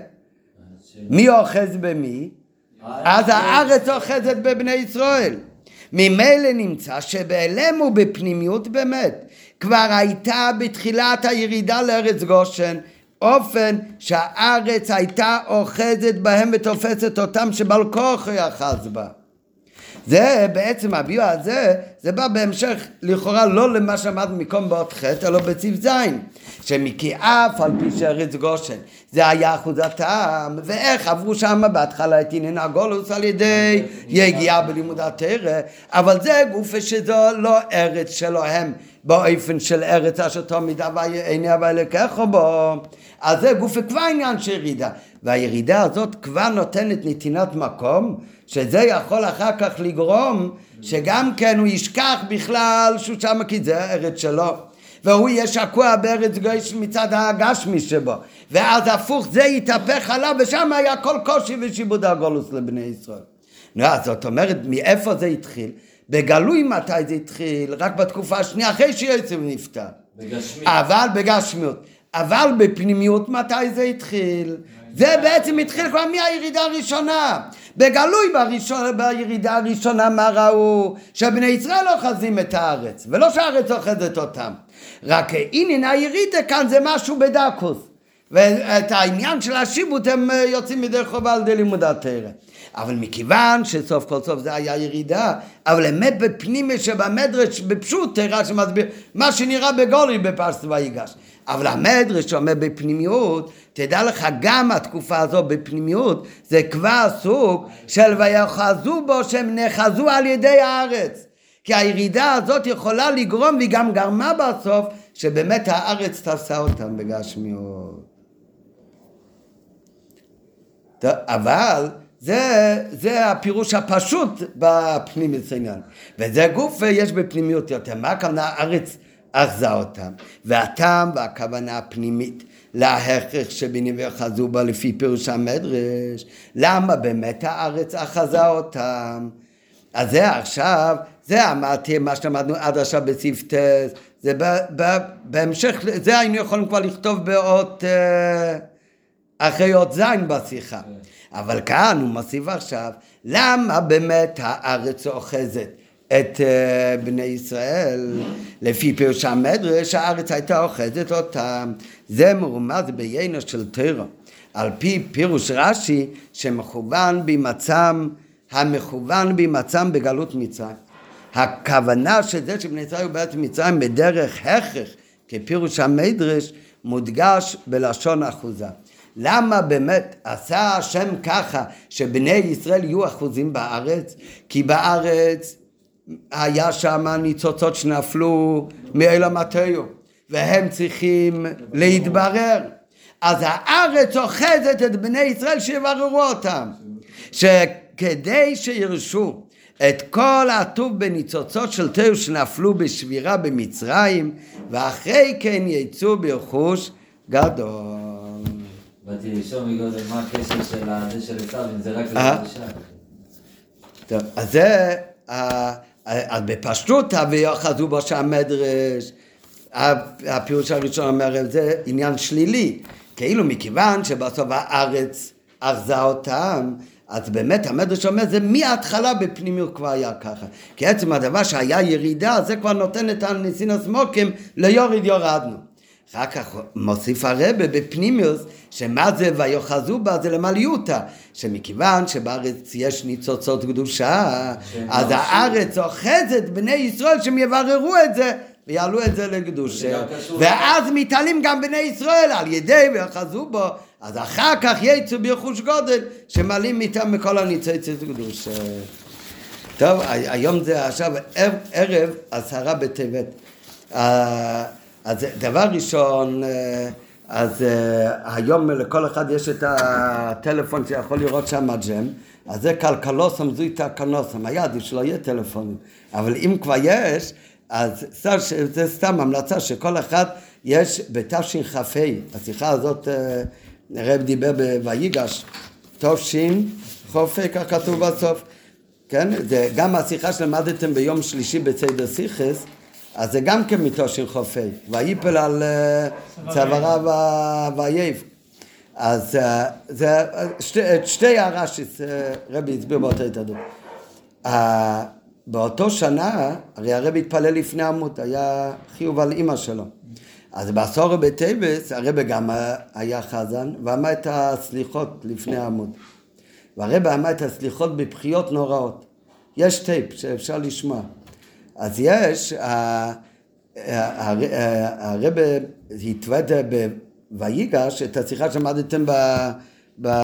מי אוחז במי? אז הארץ אוחזת בבני ישראל. ממילא נמצא שבאלם ובפנימיות באמת, כבר הייתה בתחילת הירידה לארץ גושן, אופן שהארץ הייתה אוחזת בהם ותופסת אותם שבעל כוח יחז בה. זה בעצם הביאו הזה, זה בא בהמשך לכאורה לא למה שעמד מקום באות חטא, אלא בציב זין, שמכי אף על פי שארץ גושן, זה היה אחוזתם, ואיך עברו שם בהתחלה את עניין הגולוס על ידי יגיעה בלימוד התורה, אבל זה גוף שזו לא ארץ שלהם, באופן של ארץ אשר תמיד עיני אבל לקחו בו, אז זה גוף כבר עניין של ירידה, והירידה הזאת כבר נותנת נתינת מקום, שזה יכול אחר כך לגרום שגם כן הוא ישכח בכלל שהוא שם, כי זה הארץ שלו, והוא יהיה שקוע בארץ גוש מצד הגשמי שבו, ואז הפוך זה יתהפך עליו, ושם היה כל קושי ושיבוד הגולוס לבני ישראל. נו, אז זאת אומרת, מאיפה זה התחיל? בגלוי מתי זה התחיל? רק בתקופה השנייה, אחרי שיוצא ונפטר. בגשמיות. אבל בגשמיות. אבל בפנימיות מתי זה התחיל? זה בעצם התחיל כבר מהירידה הראשונה. בגלוי בראשון, בירידה הראשונה מה ראו? שבני ישראל לא אוחזים את הארץ, ולא שהארץ אוחזת אותם. רק הנה הירידה כאן זה משהו בדקוס. ואת העניין של השיבוט הם יוצאים מדי חובה על ידי לימוד התורה. אבל מכיוון שסוף כל סוף זה היה ירידה, אבל אמת בפנימי שבמדרש בפשוט תראה שמסביר מה שנראה בגולי בפרשת ויגש. אבל המדרש שאומר בפנימיות, תדע לך גם התקופה הזו בפנימיות, זה כבר סוג של ויחזו בו שהם נחזו על ידי הארץ. כי הירידה הזאת יכולה לגרום והיא גם גרמה בסוף שבאמת הארץ תפסה אותם בגשמיות. אבל זה, זה הפירוש הפשוט בפנימיות העניין. וזה גוף יש בפנימיות יותר. מה הכוונה? הארץ אחזה אותם. והטעם והכוונה הפנימית להכרח שבנים ויחזו בה לפי פירוש המדרש. למה באמת הארץ אחזה אותם? אז זה עכשיו, זה אמרתי מה שלמדנו עד עכשיו בצפתס. זה ב, ב, בהמשך, זה היינו יכולים כבר לכתוב באות... אחרי עוד זין בשיחה. אבל כאן הוא מוסיף עכשיו, למה באמת הארץ אוחזת את uh, בני ישראל? לפי פירוש המדרש, הארץ הייתה אוחזת אותם. זה מרומז בעיינו של תורה. על פי פירוש רש"י, שמכוון במצם, המכוון במצם בגלות מצרים. הכוונה שזה שבני ישראל ובעת מצרים בדרך הכרח, כפירוש המדרש, מודגש בלשון אחוזה. למה באמת עשה השם ככה שבני ישראל יהיו אחוזים בארץ? כי בארץ היה שם ניצוצות שנפלו מאלם התוהו והם צריכים להתברר. אז הארץ אוחזת את בני ישראל שיבררו אותם, שכדי שירשו את כל הטוב בניצוצות של תוהו שנפלו בשבירה במצרים, ואחרי כן יצאו ברכוש גדול. באתי לשאול מגודל, מה הקשר של הזה של עשיו, אם זה רק לבקשה. טוב, אז זה, אז בפשטות ויחזו בו שהמדרש, הפירוש הראשון אומר, זה עניין שלילי, כאילו מכיוון שבסוף הארץ אחזה אותם, אז באמת המדרש אומר זה מההתחלה בפנימיות כבר היה ככה. כי עצם הדבר שהיה ירידה, זה כבר נותן את הניסינוס מוקים ליוריד יורדנו. אחר כך מוסיף הרבה בפנימיוס, שמה זה ויוחזו בה זה למליותה, שמכיוון שבארץ יש ניצוצות קדושה, אז הארץ אוחזת בני ישראל שהם יבררו את זה, ויעלו את זה לקדושה, ואז מתעלים גם בני ישראל על ידי ויוחזו בו, אז אחר כך יצאו ברכוש גודל, שמעלים איתם מכל הניצוצות קדושה. טוב, היום זה עכשיו ערב עשרה בטבת. אז דבר ראשון, אז היום לכל אחד יש את הטלפון שיכול לראות שם הג'ם, אז זה כלכלוסם, זו תקנוסם, היה עדיף שלא יהיה טלפונים, אבל אם כבר יש, אז זה סתם המלצה שכל אחד יש בתש"כ, השיחה הזאת הרב דיבר בויגש, תש"כ, כך כתוב בסוף, כן? זה גם השיחה שלמדתם ביום שלישי בסדר שיחס, אז זה גם כן מתושין חופי, ויפל על צוואריו וייב. אז זה שתי הרשיס, רבי הסביר באותו התעדות. באותו שנה, הרי הרבי התפלל לפני עמוד, היה חיוב על אמא שלו. אז בעשור בטייבס, הרבי גם היה חזן, ואמר את הסליחות לפני עמוד. והרבי אמר את הסליחות בבחיות נוראות. יש טייפ שאפשר לשמוע. אז יש, הרב התוודע בויגש את השיחה שמדתם ב...